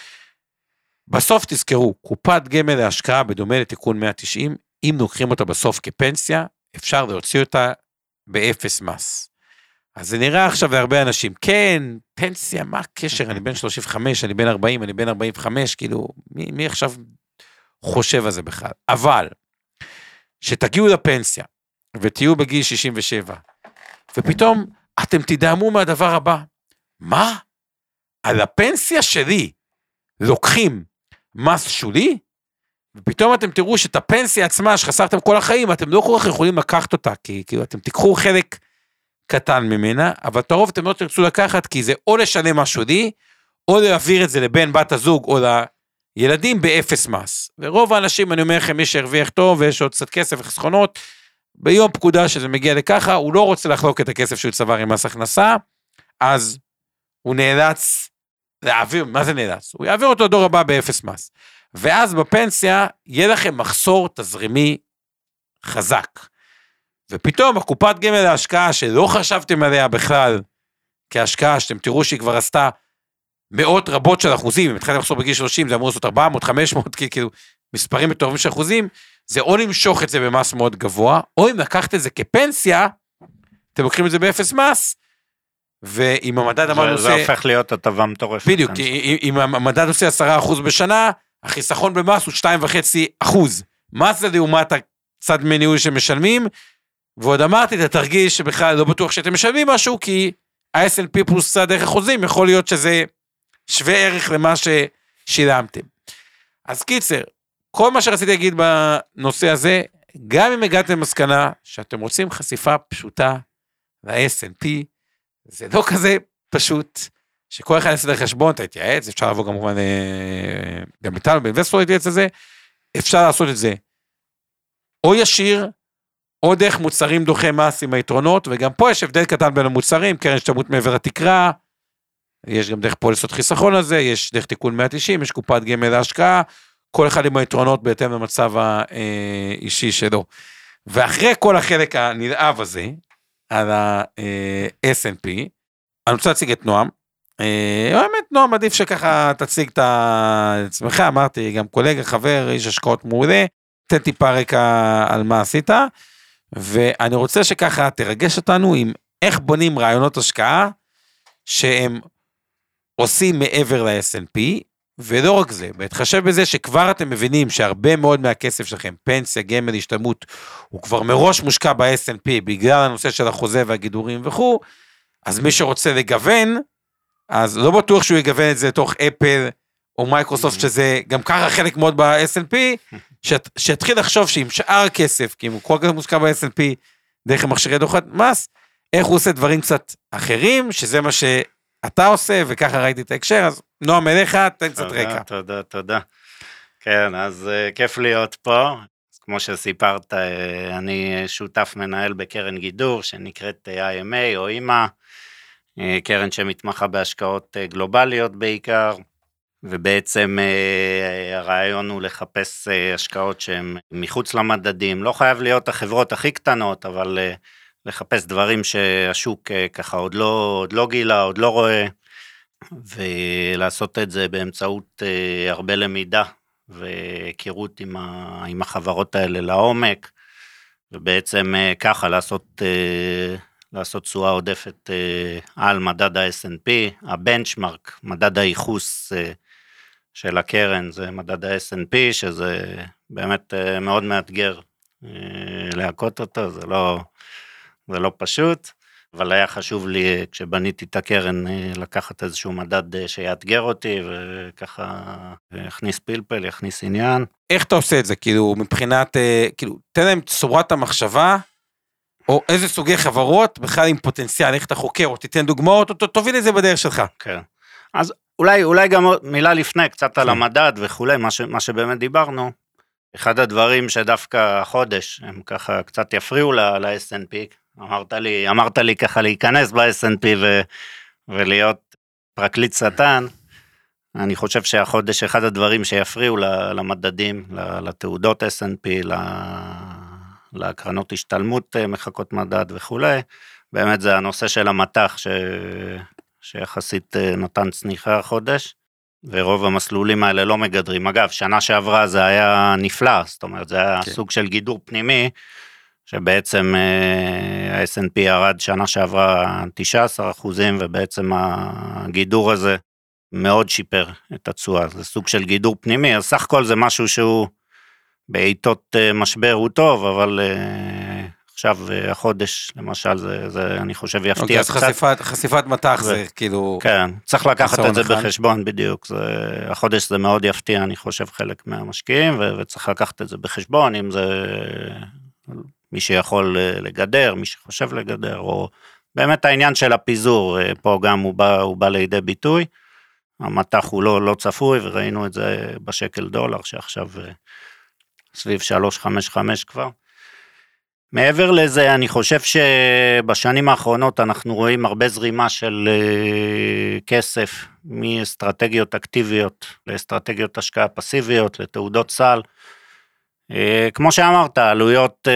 בסוף תזכרו, קופת גמל להשקעה, בדומה לתיקון 190, אם לוקחים אותה בסוף כפנסיה, אפשר להוציא אותה באפס מס. אז זה נראה עכשיו להרבה אנשים, כן, פנסיה, מה הקשר? אני בן 35, אני בן 40, אני בן 45, כאילו, מי עכשיו חושב על זה בכלל? אבל, שתגיעו לפנסיה, ותהיו בגיל 67, ופתאום אתם תדעמו מהדבר הבא, מה? על הפנסיה שלי לוקחים מס שולי? ופתאום אתם תראו שאת הפנסיה עצמה שחסרתם כל החיים, אתם לא כל כך יכולים לקחת אותה, כי כאילו אתם תיקחו חלק קטן ממנה, אבל תרוב אתם לא תרצו לקחת, כי זה או לשלם משהו שולי, או להעביר את זה לבן בת הזוג, או לילדים באפס מס. ורוב האנשים, אני אומר לכם, מי שהרוויח טוב, ויש עוד קצת כסף וחסכונות, ביום פקודה שזה מגיע לככה, הוא לא רוצה לחלוק את הכסף שהוא צבר עם מס הכנסה, אז הוא נאלץ להעביר, מה זה נאלץ? הוא יעביר אותו דור הבא באפס מס. ואז בפנסיה, יהיה לכם מחסור תזרימי חזק. ופתאום הקופת גמל להשקעה שלא חשבתם עליה בכלל כהשקעה, שאתם תראו שהיא כבר עשתה מאות רבות של אחוזים, אם התחלתם לחסור בגיל 30, זה אמור לעשות 400, 500, כאילו מספרים מטורפים של אחוזים, זה או למשוך את זה במס מאוד גבוה, או אם לקחת את זה כפנסיה, אתם לוקחים את זה באפס מס, ואם המדד אמר נושא... זה הופך להיות הטבה מטורפת. בדיוק, אם המדד עושה 10% בשנה, החיסכון במס הוא 2.5%. מס זה לעומת הצד מניהול שמשלמים, ועוד אמרתי, אתה תרגיש שבכלל לא בטוח שאתם משלמים משהו, כי ה-S&P פלוס צד ערך החוזים, יכול להיות שזה שווה ערך למה ששילמתם. אז קיצר, כל מה שרציתי להגיד בנושא הזה, גם אם הגעתם למסקנה שאתם רוצים חשיפה פשוטה ל-S&P, זה לא כזה פשוט, שכל אחד יעשה לחשבון, אתה יתייעץ, אפשר לבוא כמובן, גם איתנו באינבסטור יתייעץ לזה, אפשר לעשות את זה, או ישיר, או דרך מוצרים דוחי מס עם היתרונות, וגם פה יש הבדל קטן בין המוצרים, קרן השתלמות מעבר התקרה, יש גם דרך פוליסות חיסכון הזה, יש דרך תיקון 190, יש קופת גמל להשקעה, כל אחד עם היתרונות בהתאם למצב האישי שלו. ואחרי כל החלק הנלהב הזה, על ה-S&P, אני רוצה להציג את נועם, באמת נועם עדיף שככה תציג את עצמך, אמרתי גם קולגה, חבר, איש השקעות מעולה, תן טיפה רקע על מה עשית, ואני רוצה שככה תרגש אותנו עם איך בונים רעיונות השקעה, שהם עושים מעבר ל-S&P, ולא רק זה, בהתחשב בזה שכבר אתם מבינים שהרבה מאוד מהכסף שלכם, פנסיה, גמל, השתלמות, הוא כבר מראש מושקע ב-S&P, בגלל הנושא של החוזה והגידורים וכו', אז מי שרוצה לגוון, אז לא בטוח שהוא יגוון את זה תוך אפל או מייקרוסופט, שזה גם ככה חלק מאוד ב-S&P, שיתחיל לחשוב שעם שאר כסף, כי הוא כל כך מושקע ב-S&P, דרך המכשירי דוחות מס, איך הוא עושה דברים קצת אחרים, שזה מה שאתה עושה, וככה ראיתי את ההקשר, אז נועם אליך, תן קצת רקע. תודה. כן, אז כיף להיות פה. כמו שסיפרת, אני שותף מנהל בקרן גידור, שנקראת IMA או אימא, קרן שמתמחה בהשקעות גלובליות בעיקר, ובעצם הרעיון הוא לחפש השקעות שהן מחוץ למדדים, לא חייב להיות החברות הכי קטנות, אבל לחפש דברים שהשוק ככה עוד לא גילה, עוד לא רואה, ולעשות את זה באמצעות הרבה למידה, והיכרות עם החברות האלה לעומק, ובעצם ככה לעשות תשואה עודפת על מדד ה-S&P, הבנצ'מרק, מדד הייחוס של הקרן, זה מדד ה-S&P, שזה באמת מאוד מאתגר להכות אותו, זה לא פשוט, אבל היה חשוב לי כשבניתי את הקרן לקחת איזשהו מדד שיאתגר אותי, וככה יכניס פלפל, יכניס עניין. איך אתה עושה את זה? כאילו מבחינת, כאילו תן להם צורת המחשבה, או איזה סוגי חברות, בכלל עם פוטנציאל, איך אתה חוקר, או תיתן דוגמאות, או תוביל את זה בדרך שלך. כן. אז אולי גם מילה לפני, קצת על המדד וכולי, מה שבאמת דיברנו, אחד הדברים שדווקא החודש, הם ככה קצת יפריעו ל-S&P, אמרת לי ככה להיכנס ב-S&P ולהיות פרקליט שטן, אני חושב שהחודש אחד הדברים שיפריעו למדדים, לתעודות S&P, לקרנות השתלמות מחכות מדד וכולי, באמת זה הנושא של המתח שיחסית נתן צניחה החודש, ורוב המסלולים האלה לא מגדרים. אגב, שנה שעברה זה היה נפלא, זאת אומרת, זה היה סוג של גידור פנימי, שבעצם ה-S&P ירד שנה שעברה 19%, ובעצם הגידור הזה מאוד שיפר את התשואה, זה סוג של גידור פנימי, אז סך הכל זה משהו שהוא בעיתות משבר הוא טוב, אבל עכשיו החודש למשל, זה אני חושב יפתיע קצת. אז חשיפת מתח זה כאילו... כן, צריך לקחת את זה בחשבון בדיוק, החודש זה מאוד יפתיע, אני חושב חלק מהמשקיעים, וצריך לקחת את זה בחשבון, אם זה מי שיכול לגדר, מי שחושב לגדר, או באמת העניין של הפיזור, פה גם הוא בא לידי ביטוי, המתח הוא לא צפוי, וראינו את זה בשקל דולר, שעכשיו סביב 3.55 כבר. מעבר לזה, אני חושב שבשנים האחרונות אנחנו רואים הרבה זרימה של כסף, מאסטרטגיות אקטיביות, לאסטרטגיות השקעה פסיביות, לתעודות סל, כמו שאמרת, עלויות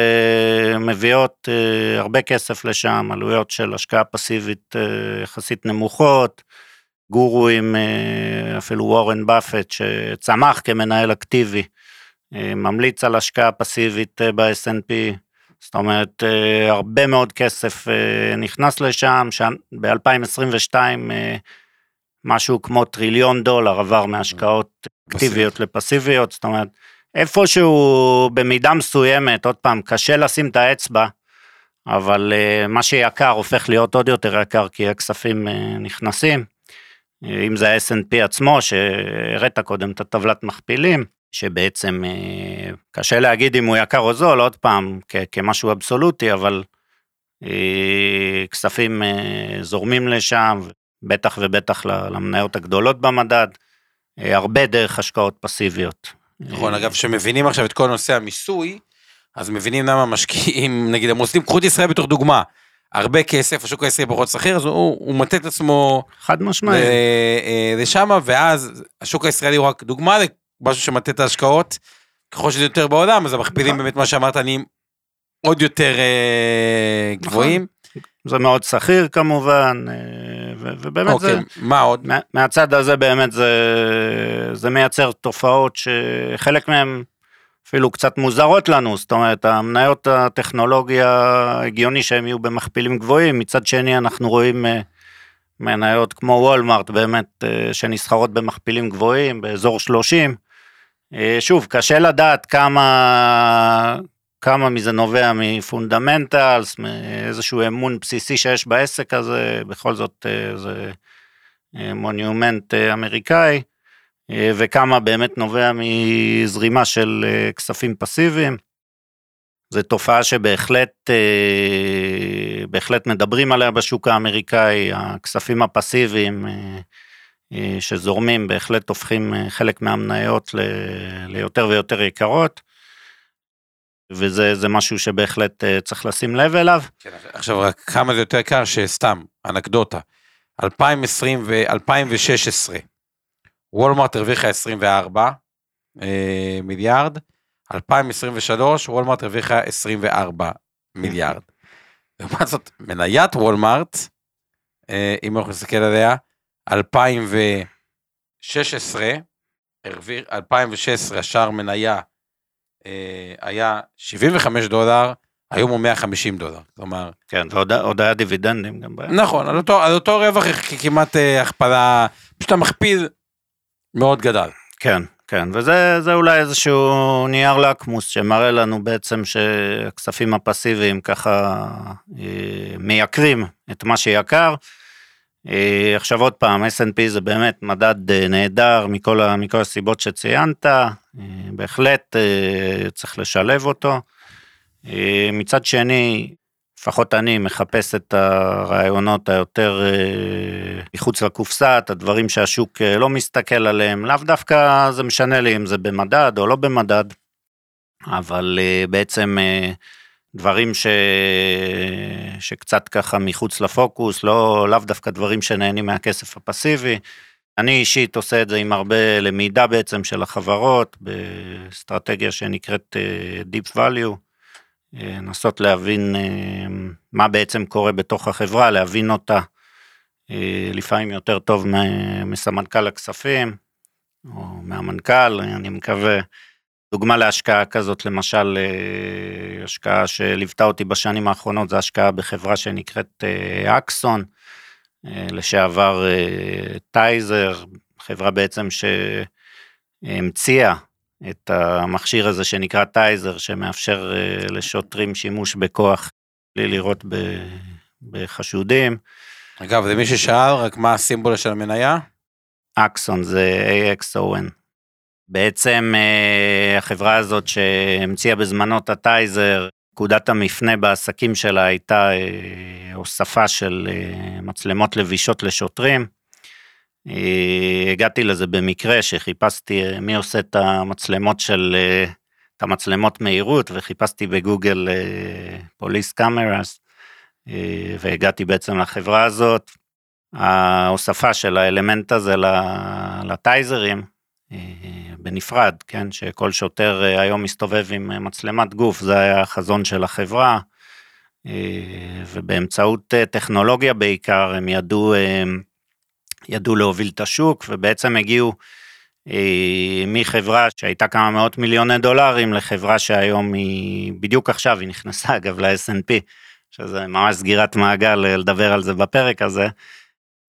מביאות הרבה כסף לשם, עלויות של השקעה פסיבית יחסית נמוכות, גורואים, אפילו וורן באפט שצמח כמנהל אקטיבי, ממליץ על השקעה פסיבית ב-S&P, זאת אומרת, הרבה מאוד כסף נכנס לשם, ב-2022 משהו כמו $1 טריליון עבר מהשקעות אקטיביות לפסיביות, זאת אומרת, איפשהו במידה מסוימת, עוד פעם, קשה לשים את האצבע, אבל מה שיקר הופך להיות עוד יותר יקר, כי הכספים נכנסים, אם זה ה-S&P עצמו, שהראית קודם את הטבלת מכפילים, שבעצם קשה להגיד אם הוא יקר או זול, עוד פעם, כמשהו אבסולוטי, אבל כספים זורמים לשם, בטח ובטח למניות הגדולות במדד, הרבה דרך השקעות פסיביות. נכון, אגב, שמבינים עכשיו את כל נושא המיסוי, אז מבינים למה משקיעים, נגיד, הם עושים, קחו את ישראל בתוך דוגמה, הרבה כסף, השוק הישראלי פחות שכיר, אז הוא מטה את עצמו חד משמעי. לשם, ואז השוק הישראלי הוא רק דוגמה למשהו שמטה את ההשקעות, ככל שזה יותר בעולם, אז המכפילים באמת מה שאמרת, אני עוד יותר גבוהים. זה מאוד שכיר כמובן, ובאמת זה, מה עוד? מהצד הזה באמת זה מייצר תופעות שחלק מהן אפילו קצת מוזרות לנו, זאת אומרת, המניות הטכנולוגיה הגיוני שהם יהיו במכפילים גבוהים, מצד שני אנחנו רואים מניות כמו וולמארט באמת שנסחרות במכפילים גבוהים, באזור 30, שוב, קשה לדעת כמה מזה נובע מפונדמנטלס, מאיזשהו אמון בסיסי שיש בעסק הזה, בכל זאת זה מונומנט אמריקאי, וכמה באמת נובע מזרימה של כספים פסיביים. זו תופעה שבהחלט מדברים עליה בשוק האמריקאי, הכספים הפסיביים שזורמים בהחלט הופכים חלק מהמניות ליותר ויותר יקרות, וזה משהו שבהחלט צריך לשים לב אליו. כן, עכשיו רק כמה זה יותר קר שסתם, אנקדוטה, 2020 ו-2016, וולמארט הרוויחה 24 מיליארד, 2023 וולמארט הרוויחה 24 מיליארד. לעומת זאת, מניית וולמארט, אם אנחנו נסתכל עליה, 2016 השער מניה היה $75, היום הוא $150, כלומר... כן, ועוד היה דיבידנדים גם בעיה. נכון, על אותו רווח כמעט הכפלה, פשוט המכפיל מאוד גדל. כן, כן, וזה אולי איזשהו נייר לקמוס, שמראה לנו בעצם שהכספים הפסיביים ככה מייקרים את מה שיקר. עכשיו עוד פעם, S&P זה באמת מדד נהדר מכל הסיבות שציינת, בהחלט צריך לשלב אותו. מצד שני, לפחות אני מחפש את הרעיונות היותר מחוץ לקופסה, את הדברים שהשוק לא מסתכל עליהם, לאו דווקא זה משנה לי אם זה במדד או לא במדד, אבל בעצם דברים שקצת ככה מחוץ לפוקוס, לאו דווקא דברים שנהנים מהכסף הפסיבי. אני אישית עושה את זה עם הרבה למידה בעצם של החברות, באסטרטגיה שנקראת Deep Value, לנסות להבין מה בעצם קורה בתוך החברה, להבין אותה לפעמים יותר טוב מסמנכ"ל הכספים, או מהמנכ"ל, אני מקווה. דוגמה להשקעה כזאת, למשל, השקעה שליוותה אותי בשנים האחרונות, זה השקעה בחברה שנקראת אקסון, לשעבר טייזר, חברה בעצם שהמציאה את המכשיר הזה שנקרא טייזר, שמאפשר לשוטרים שימוש בכוח, בלי לראות בחשודים. אגב, זה מי ששאל, רק מה הסימבול של המניה? אקסון, זה AXON. בעצם החברה הזאת שהמציאה בזמנו את הטייזר, נקודת המפנה בעסקים שלה הייתה הוספה של מצלמות לבישות לשוטרים. הגעתי לזה במקרה שחיפשתי מי עושה את המצלמות מהירות, וחיפשתי בגוגל פוליס קאמרס, והגעתי בעצם לחברה הזאת. ההוספה של האלמנט הזה לטייזרים, בנפרד, כן, שכל שוטר היום מסתובב עם מצלמת גוף, זה היה החזון של החברה, ובאמצעות טכנולוגיה בעיקר, הם ידעו להוביל את השוק, ובעצם הגיעו מחברה שהייתה כמה מאות מיליוני דולרים, לחברה שהיום היא, בדיוק עכשיו היא נכנסה אגב ל-S&P, שזה ממש סגירת מעגל לדבר על זה בפרק הזה,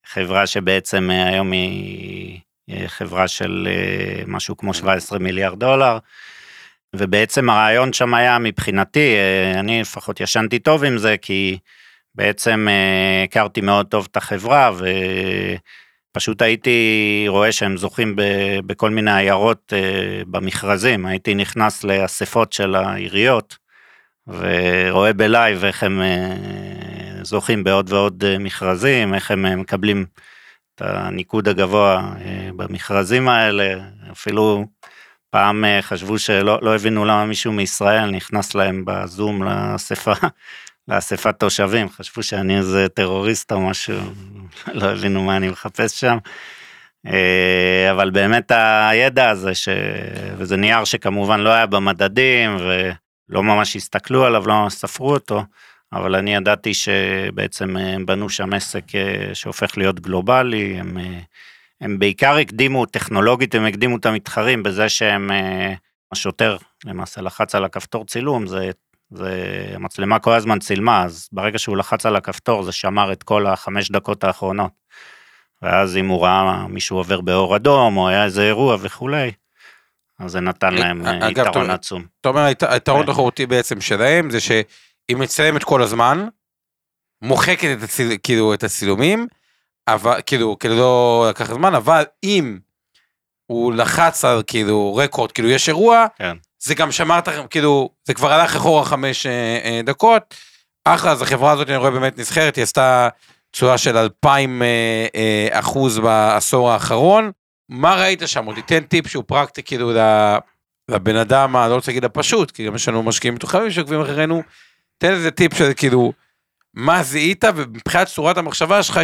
חברה שבעצם היום היא חברה של משהו כמו 17 מיליארד דולר, ובעצם הרעיון שם היה מבחינתי, אני לפחות ישנתי טוב עם זה, כי בעצם הכרתי מאוד טוב את החברה, ופשוט הייתי רואה שהם זוכים בכל מיני עיירות במכרזים, הייתי נכנס לאספות של העיריות, ורואה בלייב איך הם זוכים בעוד ועוד מכרזים, איך הם מקבלים את הניקוד הגבוה במכרזים האלה, אפילו פעם חשבו שלא הבינו למה מישהו מישראל נכנס להם בזום לאספת תושבים, חשבו שאני איזה טרוריסט או משהו, לא הבינו מה אני מחפש שם, אבל באמת הידע הזה, וזה נייר שכמובן לא היה במדדים, ולא ממש הסתכלו עליו, לא ממש ספרו אותו, אבל אני ידעתי שבעצם הם בנו שם עסק שהופך להיות גלובלי, הם בעיקר הקדימו טכנולוגית, הם הקדימו את המתחרים בזה שהם, השוטר למעשה לחץ על הכפתור צילום, המצלמה כל הזמן צילמה, אז ברגע שהוא לחץ על הכפתור זה שמר את כל 5 דקות האחרונות, ואז אם הוא ראה מישהו עובר באור אדום, או היה איזה אירוע וכולי, אז זה נתן להם יתרון עצום. זאת אומרת, היתרון תחרותי בעצם שלהם, זה שהיא מצלמת כל הזמן, מוחקת את הצילומים, אבל, כאילו לא לקח זמן, אבל אם הוא לחץ על רקורד, יש אירוע, כן. זה גם שמרת, זה כבר הלך אחורה 5 דקות, אחלה, אז החברה הזאת אני רואה באמת נסחרת, היא עשתה תשואה של 2000% בעשור האחרון, מה ראית שם? תיתן טיפ שהוא פרקטי לבן אדם, אני לא רוצה להגיד הפשוט, כי גם יש לנו משקיעים מתוחמים שעוקבים אחרינו, תן איזה טיפ של מה זיהית, ומבחינת צורת המחשבה שלך,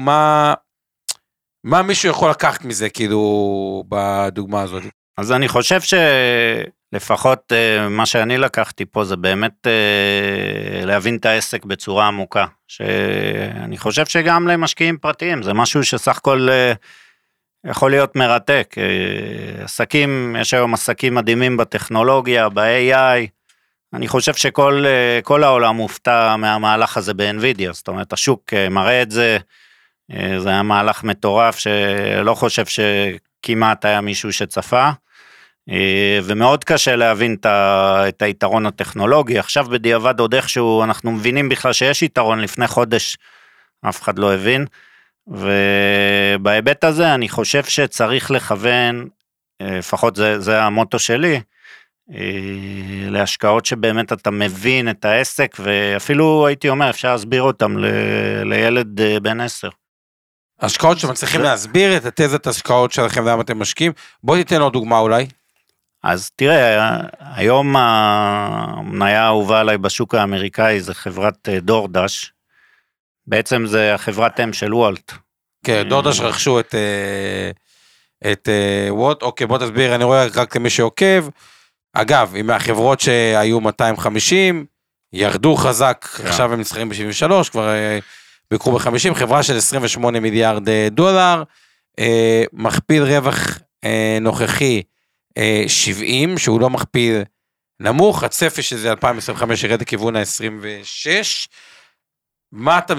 מה מישהו יכול לקחת מזה, בדוגמה הזאת? אז אני חושב שלפחות מה שאני לקחתי פה, זה באמת להבין את העסק בצורה עמוקה, שאני חושב שגם למשקיעים פרטיים, זה משהו שסך הכל יכול להיות מרתק, עסקים, יש היום עסקים מדהימים בטכנולוגיה, ב-AI, אני חושב שכל העולם מופתע מהמהלך הזה ב-NVIDIA, זאת אומרת, השוק מראה את זה, זה היה מהלך מטורף, שלא חושב שכמעט היה מישהו שצפה, ומאוד קשה להבין את היתרון הטכנולוגי, עכשיו בדיעבד עוד איכשהו, אנחנו מבינים בכלל שיש יתרון, לפני חודש אף אחד לא הבין, ובהיבט הזה אני חושב שצריך לכוון, לפחות זה המוטו שלי, להשקעות שבאמת אתה מבין את העסק, ואפילו הייתי אומר, אפשר להסביר אותם לילד בן 10. השקעות שמצליחים להסביר את התזת השקעות שלכם, למה אתם משקיעים, בוא תיתן לו דוגמה אולי. אז תראה, היום המניה האהובה עליי בשוק האמריקאי, זה חברת דורדש, בעצם זה החברת אם של וולט. כן, דורדש רכשו את וולט, אוקיי, בוא תסביר, אני רואה רק למי שעוקב, אגב, עם החברות שהיו 250, ירדו חזק, עכשיו הם נסחרים ב-73, כבר ביקרו ב-50, חברה של 28 מיליארד דולר, מכפיל רווח נוכחי 70, שהוא לא מכפיל נמוך, הצפי שזה 2025 ירד לכיוון ה-26, מה אתה,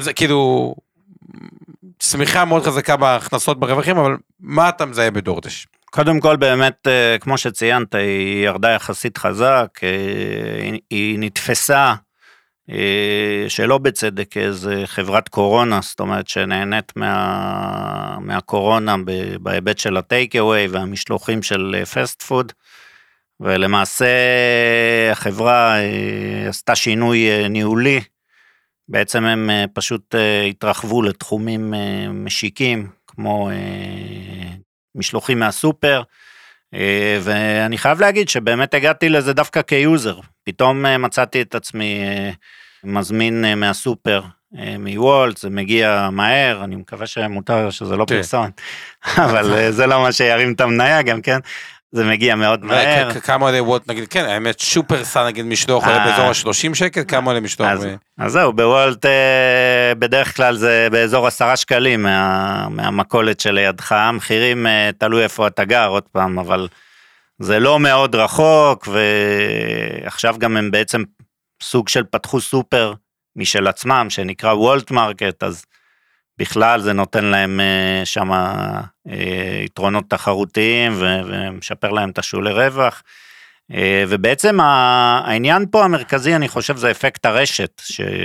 צמיחה מאוד חזקה בהכנסות ברווחים, אבל מה אתה מזהה בדורדש? קודם כל באמת, כמו שציינת, היא ירדה יחסית חזק, היא נתפסה שלא בצדק כאיזה חברת קורונה, זאת אומרת שנהנית מהקורונה בהיבט של הטייק-אווי והמשלוחים של פסט פוד, ולמעשה החברה עשתה שינוי ניהולי, בעצם הם פשוט התרחבו לתחומים משיקים, כמו משלוחים מהסופר, ואני חייב להגיד שבאמת הגעתי לזה דווקא כיוזר, פתאום מצאתי את עצמי מזמין מהסופר, מוולט, זה מגיע מהר, אני מקווה שמותר שזה לא פרסומת, אבל זה לא מה שירים את המניה גם, כן? זה מגיע מאוד מהר. כמה עולה וולט, נגיד, כן, האמת, שופרסל, נגיד, משלוח עולה באזור ה-30 שקל, כמה עולה משלוח? אז זהו, בוולט בדרך כלל זה באזור 10 שקלים מהמכולת שלידך, המחירים תלוי איפה אתה גר, עוד פעם, אבל זה לא מאוד רחוק, ועכשיו גם הם בעצם סוג של פתחו סופר משל עצמם, שנקרא וולט מרקט, אז בכלל זה נותן להם שם יתרונות תחרותיים, ומשפר להם את השולי רווח, ובעצם העניין פה המרכזי, אני חושב, זה אפקט הרשת,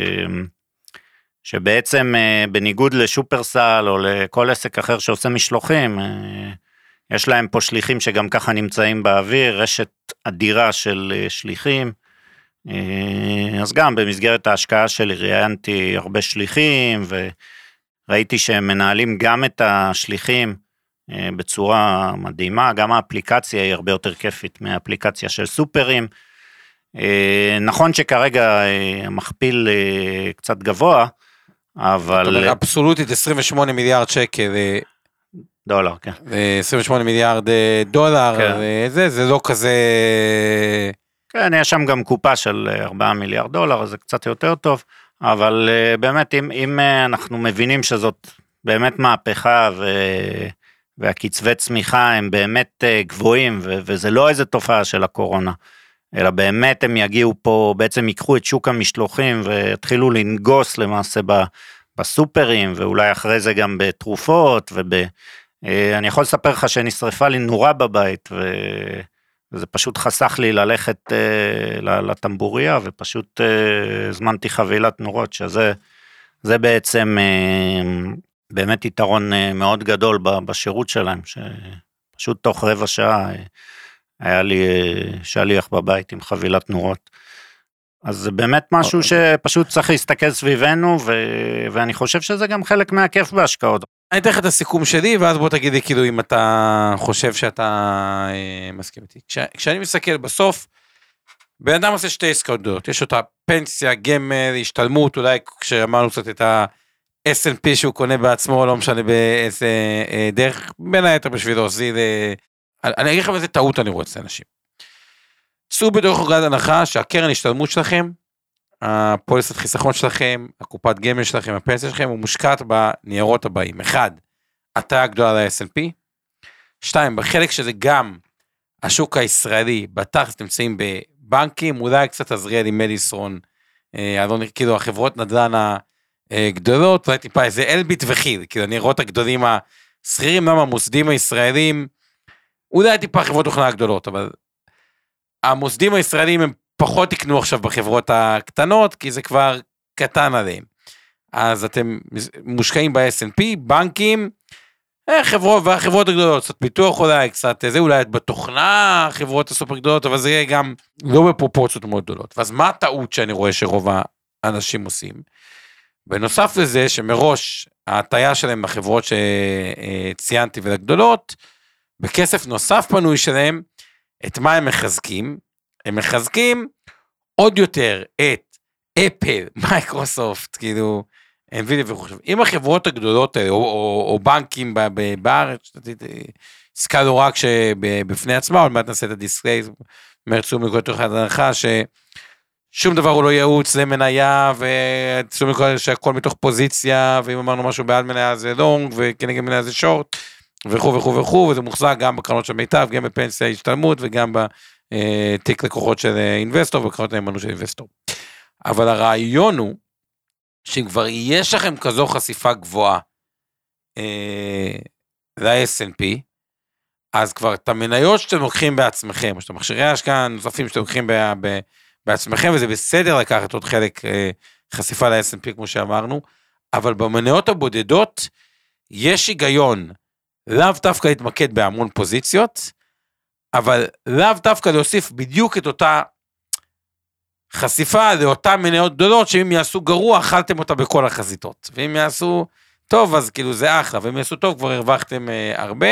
שבעצם בניגוד לשופרסל, או לכל עסק אחר שעושה משלוחים, יש להם פה שליחים שגם ככה נמצאים באוויר, רשת אדירה של שליחים, אז גם במסגרת ההשקעה שלי ראיינתי הרבה שליחים, וראיתי שהם מנהלים גם את השליחים בצורה מדהימה, גם האפליקציה היא הרבה יותר כיפית מהאפליקציה של סופרים, נכון שכרגע המכפיל קצת גבוה, אבל... אבסולוטית 28 מיליארד שקל, דולר, כן. 28 מיליארד דולר, כן. זה לא כזה... כן, יש שם גם קופה של 4 מיליארד דולר, אז זה קצת יותר טוב, אבל באמת, אם אנחנו מבינים שזאת באמת מהפכה, והקצבי צמיחה הם באמת גבוהים, וזה לא איזה תופעה של הקורונה, אלא באמת הם יגיעו פה, בעצם ייקחו את שוק המשלוחים, ויתחילו לנגוס למעשה בסופרים, ואולי אחרי זה גם בתרופות, אני יכול לספר לך שנשרפה לי נורה בבית, וזה פשוט חסך לי ללכת לטמבוריה, ופשוט הזמנתי חבילת נורות, שזה בעצם באמת יתרון מאוד גדול בשירות שלהם, שפשוט תוך רבע שעה היה לי שליח בבית עם חבילת נורות. אז זה באמת משהו שפשוט צריך להסתכל סביבנו, ואני חושב שזה גם חלק מהכיף בהשקעות. אני אתן לך את הסיכום שלי, ואז בוא תגיד לי כאילו אם אתה חושב שאתה מסכים איתי. כשאני מסתכל בסוף, בן אדם עושה שתי עסקאות גדולות, יש אותה פנסיה, גמל, השתלמות, אולי כשאמרנו קצת את ה-S&P שהוא קונה בעצמו, לא משנה באיזה דרך, בין היתר בשביל להוזיל, אני אגיד לכם איזה טעות אני רואה אצל אנשים. צאו בתוך נקודת הנחה שהקרן השתלמות שלכם, הפוליסת חיסכון שלכם, הקופת גמל שלכם, הפנסיה שלכם, הוא מושקעת בניירות הבאים. 1, הטעה גדולה ל-S&P, 2, בחלק שזה גם השוק הישראלי, בתחת נמצאים בבנקים, אולי קצת עזריאלי מדיסון, כאילו החברות נדל"ן הגדולות, אולי טיפה איזה אלביט וחיל, כאילו הניירות הגדולים הסחירים, למה המוסדים הישראלים, אולי טיפה חברות תוכנה הגדולות, אבל המוסדים הישראלים הם פחות יקנו עכשיו בחברות הקטנות, כי זה כבר קטן עליהם. אז אתם מושקעים ב-S&P, בנקים, והחברות הגדולות, קצת ביטוח אולי, קצת זה אולי בתוכנה, חברות הסופר גדולות, אבל זה יהיה גם לא בפרופורציות מאוד גדולות. ואז מה הטעות שאני רואה שרוב האנשים עושים? בנוסף לזה, שמראש ההטיה שלהם בחברות שציינתי ולגדולות, בכסף נוסף פנוי שלהם, את מה הם מחזקים? הם מחזקים עוד יותר את אפל, מייקרוסופט, כאילו, NVIDIA וכו'. אם החברות הגדולות האלה, או בנקים בארץ, עסקה לא רק שבפני עצמה, עוד מעט נעשה את הדיסקליי, מרצו מנקודת תוך ההנחה, ששום דבר הוא לא ייעוץ למניה, וצאו מנקודת שהכל מתוך פוזיציה, ואם אמרנו משהו בעד מניה זה לונג, וכנגד מניה זה שורט, וכו' וכו' וכו', וזה מוחזק גם בקרנות של מיטב, גם בפנסיה השתלמות, וגם בתיק לקוחות של אינבסטור, ובקרנות נאמנות של אינבסטור. אבל הרעיון הוא, שאם כבר יש לכם כזו חשיפה גבוהה, ל-S&P, אז כבר את המניות שאתם לוקחים בעצמכם, או שאתם מכשירי ההשקעה נוספים שאתם לוקחים בעצמכם, וזה בסדר לקחת עוד חלק חשיפה ל-S&P, כמו שאמרנו, אבל במניות הבודדות, יש היגיון, לאו דווקא להתמקד בהמון פוזיציות, אבל לאו דווקא להוסיף בדיוק את אותה חשיפה לאותן מניות גדולות, שאם יעשו גרוע, אכלתם אותה בכל החזיתות, ואם יעשו טוב, אז כאילו זה אחלה, ואם יעשו טוב, כבר הרווחתם הרבה,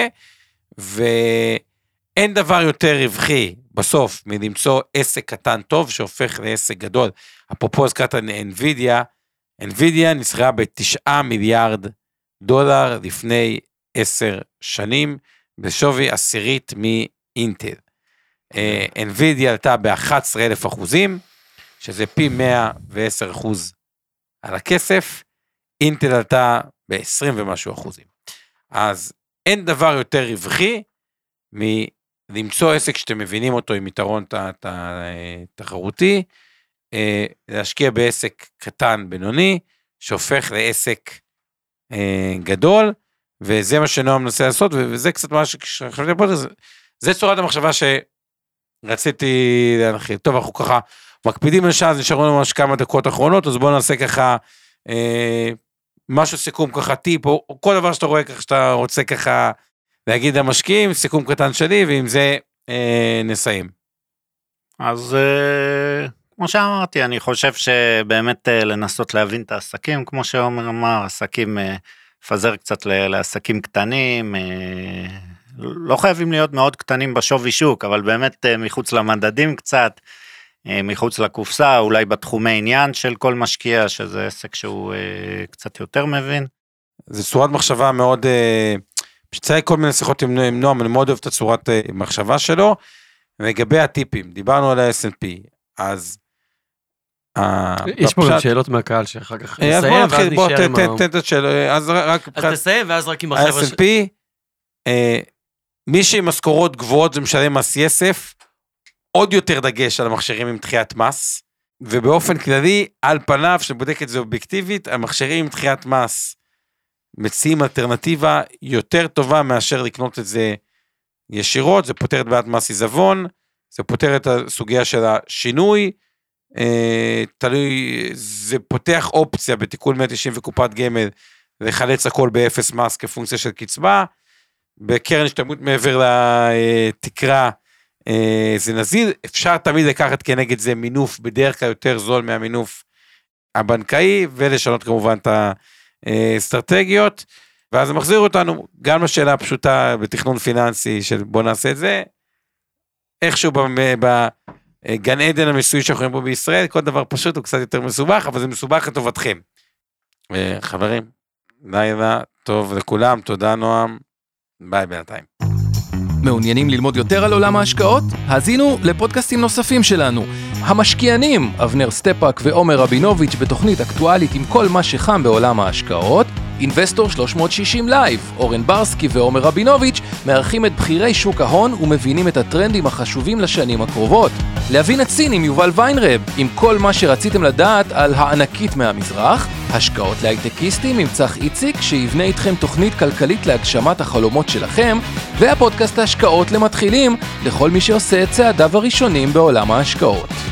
ואין דבר יותר רווחי בסוף, מלמצוא עסק קטן טוב, שהופך לעסק גדול. אפרופו הזכרת NVIDIA נסחרה ב9 מיליארד דולר לפני 10 שנים, בשווי 10% מאינטל. NVIDIA עלתה ב11,000%, שזה פי 110% על הכסף, אינטל עלתה ב20 ומשהו אחוזים. אז אין דבר יותר רווחי, מלמצוא עסק שאתם מבינים אותו עם יתרון תחרותי, להשקיע בעסק קטן בינוני, שהופך לעסק גדול, וזה מה שנועם מנסה לעשות, וזה קצת מה שחשבתי פה, זה צורת המחשבה שרציתי להנחיל. טוב, אנחנו ככה מקפידים לשעה, אז נשארו לנו ממש כמה דקות אחרונות, אז בואו נעשה ככה, משהו סיכום ככה טיפ, או כל דבר שאתה רואה ככה, שאתה רוצה ככה להגיד למשקיעים, סיכום קטן שלי, ועם זה נסיים. אז כמו שאמרתי, אני חושב שבאמת לנסות להבין את העסקים, כמו שעומר אמר, עסקים, לפזר קצת לעסקים קטנים, לא חייבים להיות מאוד קטנים בשווי שוק, אבל באמת מחוץ למדדים קצת, מחוץ לקופסה, אולי בתחומי עניין של כל משקיע, שזה עסק שהוא קצת יותר מבין. זה צורת מחשבה מאוד, שצריך כל מיני שיחות עם נועם, אני מאוד אוהב את הצורת מחשבה שלו, לגבי הטיפים, דיברנו על ה-S&P, אז יש פה גם שאלות מהקהל שאחר כך נסיים, ואז נשאר עם אז תסיים, ואז רק עם החבר'ה ה-S&P, מי שעם משכורות גבוהות זה משלם מס יסף, עוד יותר דגש על המכשירים עם דחיית מס, ובאופן כללי, על פניו, שבודק את זה אובייקטיבית, המכשירים עם דחיית מס, מציעים אלטרנטיבה יותר טובה, מאשר לקנות את זה ישירות, זה פותר את בעיית מס עיזבון, זה פותר את הסוגיה של השינוי, תלוי, זה פותח אופציה בתיקון 190 וקופת גמל, לחלץ הכל באפס מס כפונקציה של קצבה, בקרן השתלמות מעבר לתקרה, זה נזיל, אפשר תמיד לקחת כנגד זה מינוף, בדרך כלל יותר זול מהמינוף הבנקאי, ולשנות כמובן את האסטרטגיות, ואז זה מחזיר אותנו, גם לשאלה הפשוטה בתכנון פיננסי, של בוא נעשה את זה, איכשהו בגן עדן המיסוי שאנחנו פה בישראל, כל דבר פשוט הוא קצת יותר מסובך, אבל זה מסובך לטובתכם. חברים, לילה טוב לכולם, תודה נועם, ביי בינתיים. מעוניינים ללמוד יותר על עולם ההשקעות? האזינו לפודקאסטים נוספים שלנו. המשקיענים, אבנר סטפאק ועומר רבינוביץ' בתוכנית אקטואלית עם כל מה שחם בעולם ההשקעות. אינבסטור 360 לייב, אורן ברסקי ועומר רבינוביץ' מארחים את בחירי שוק ההון ומבינים את הטרנדים החשובים לשנים הקרובות. להבין את סין עם יובל ויינרב, עם כל מה שרציתם לדעת על הענקית מהמזרח. השקעות להייטקיסטים עם צח איציק, שיבנה איתכם תוכנית כלכלית להגשמת החלומות שלכם, והפודקאסט ההשקעות למתחילים, לכל מי שעושה את צעדיו הראשונים בעולם ההשקעות.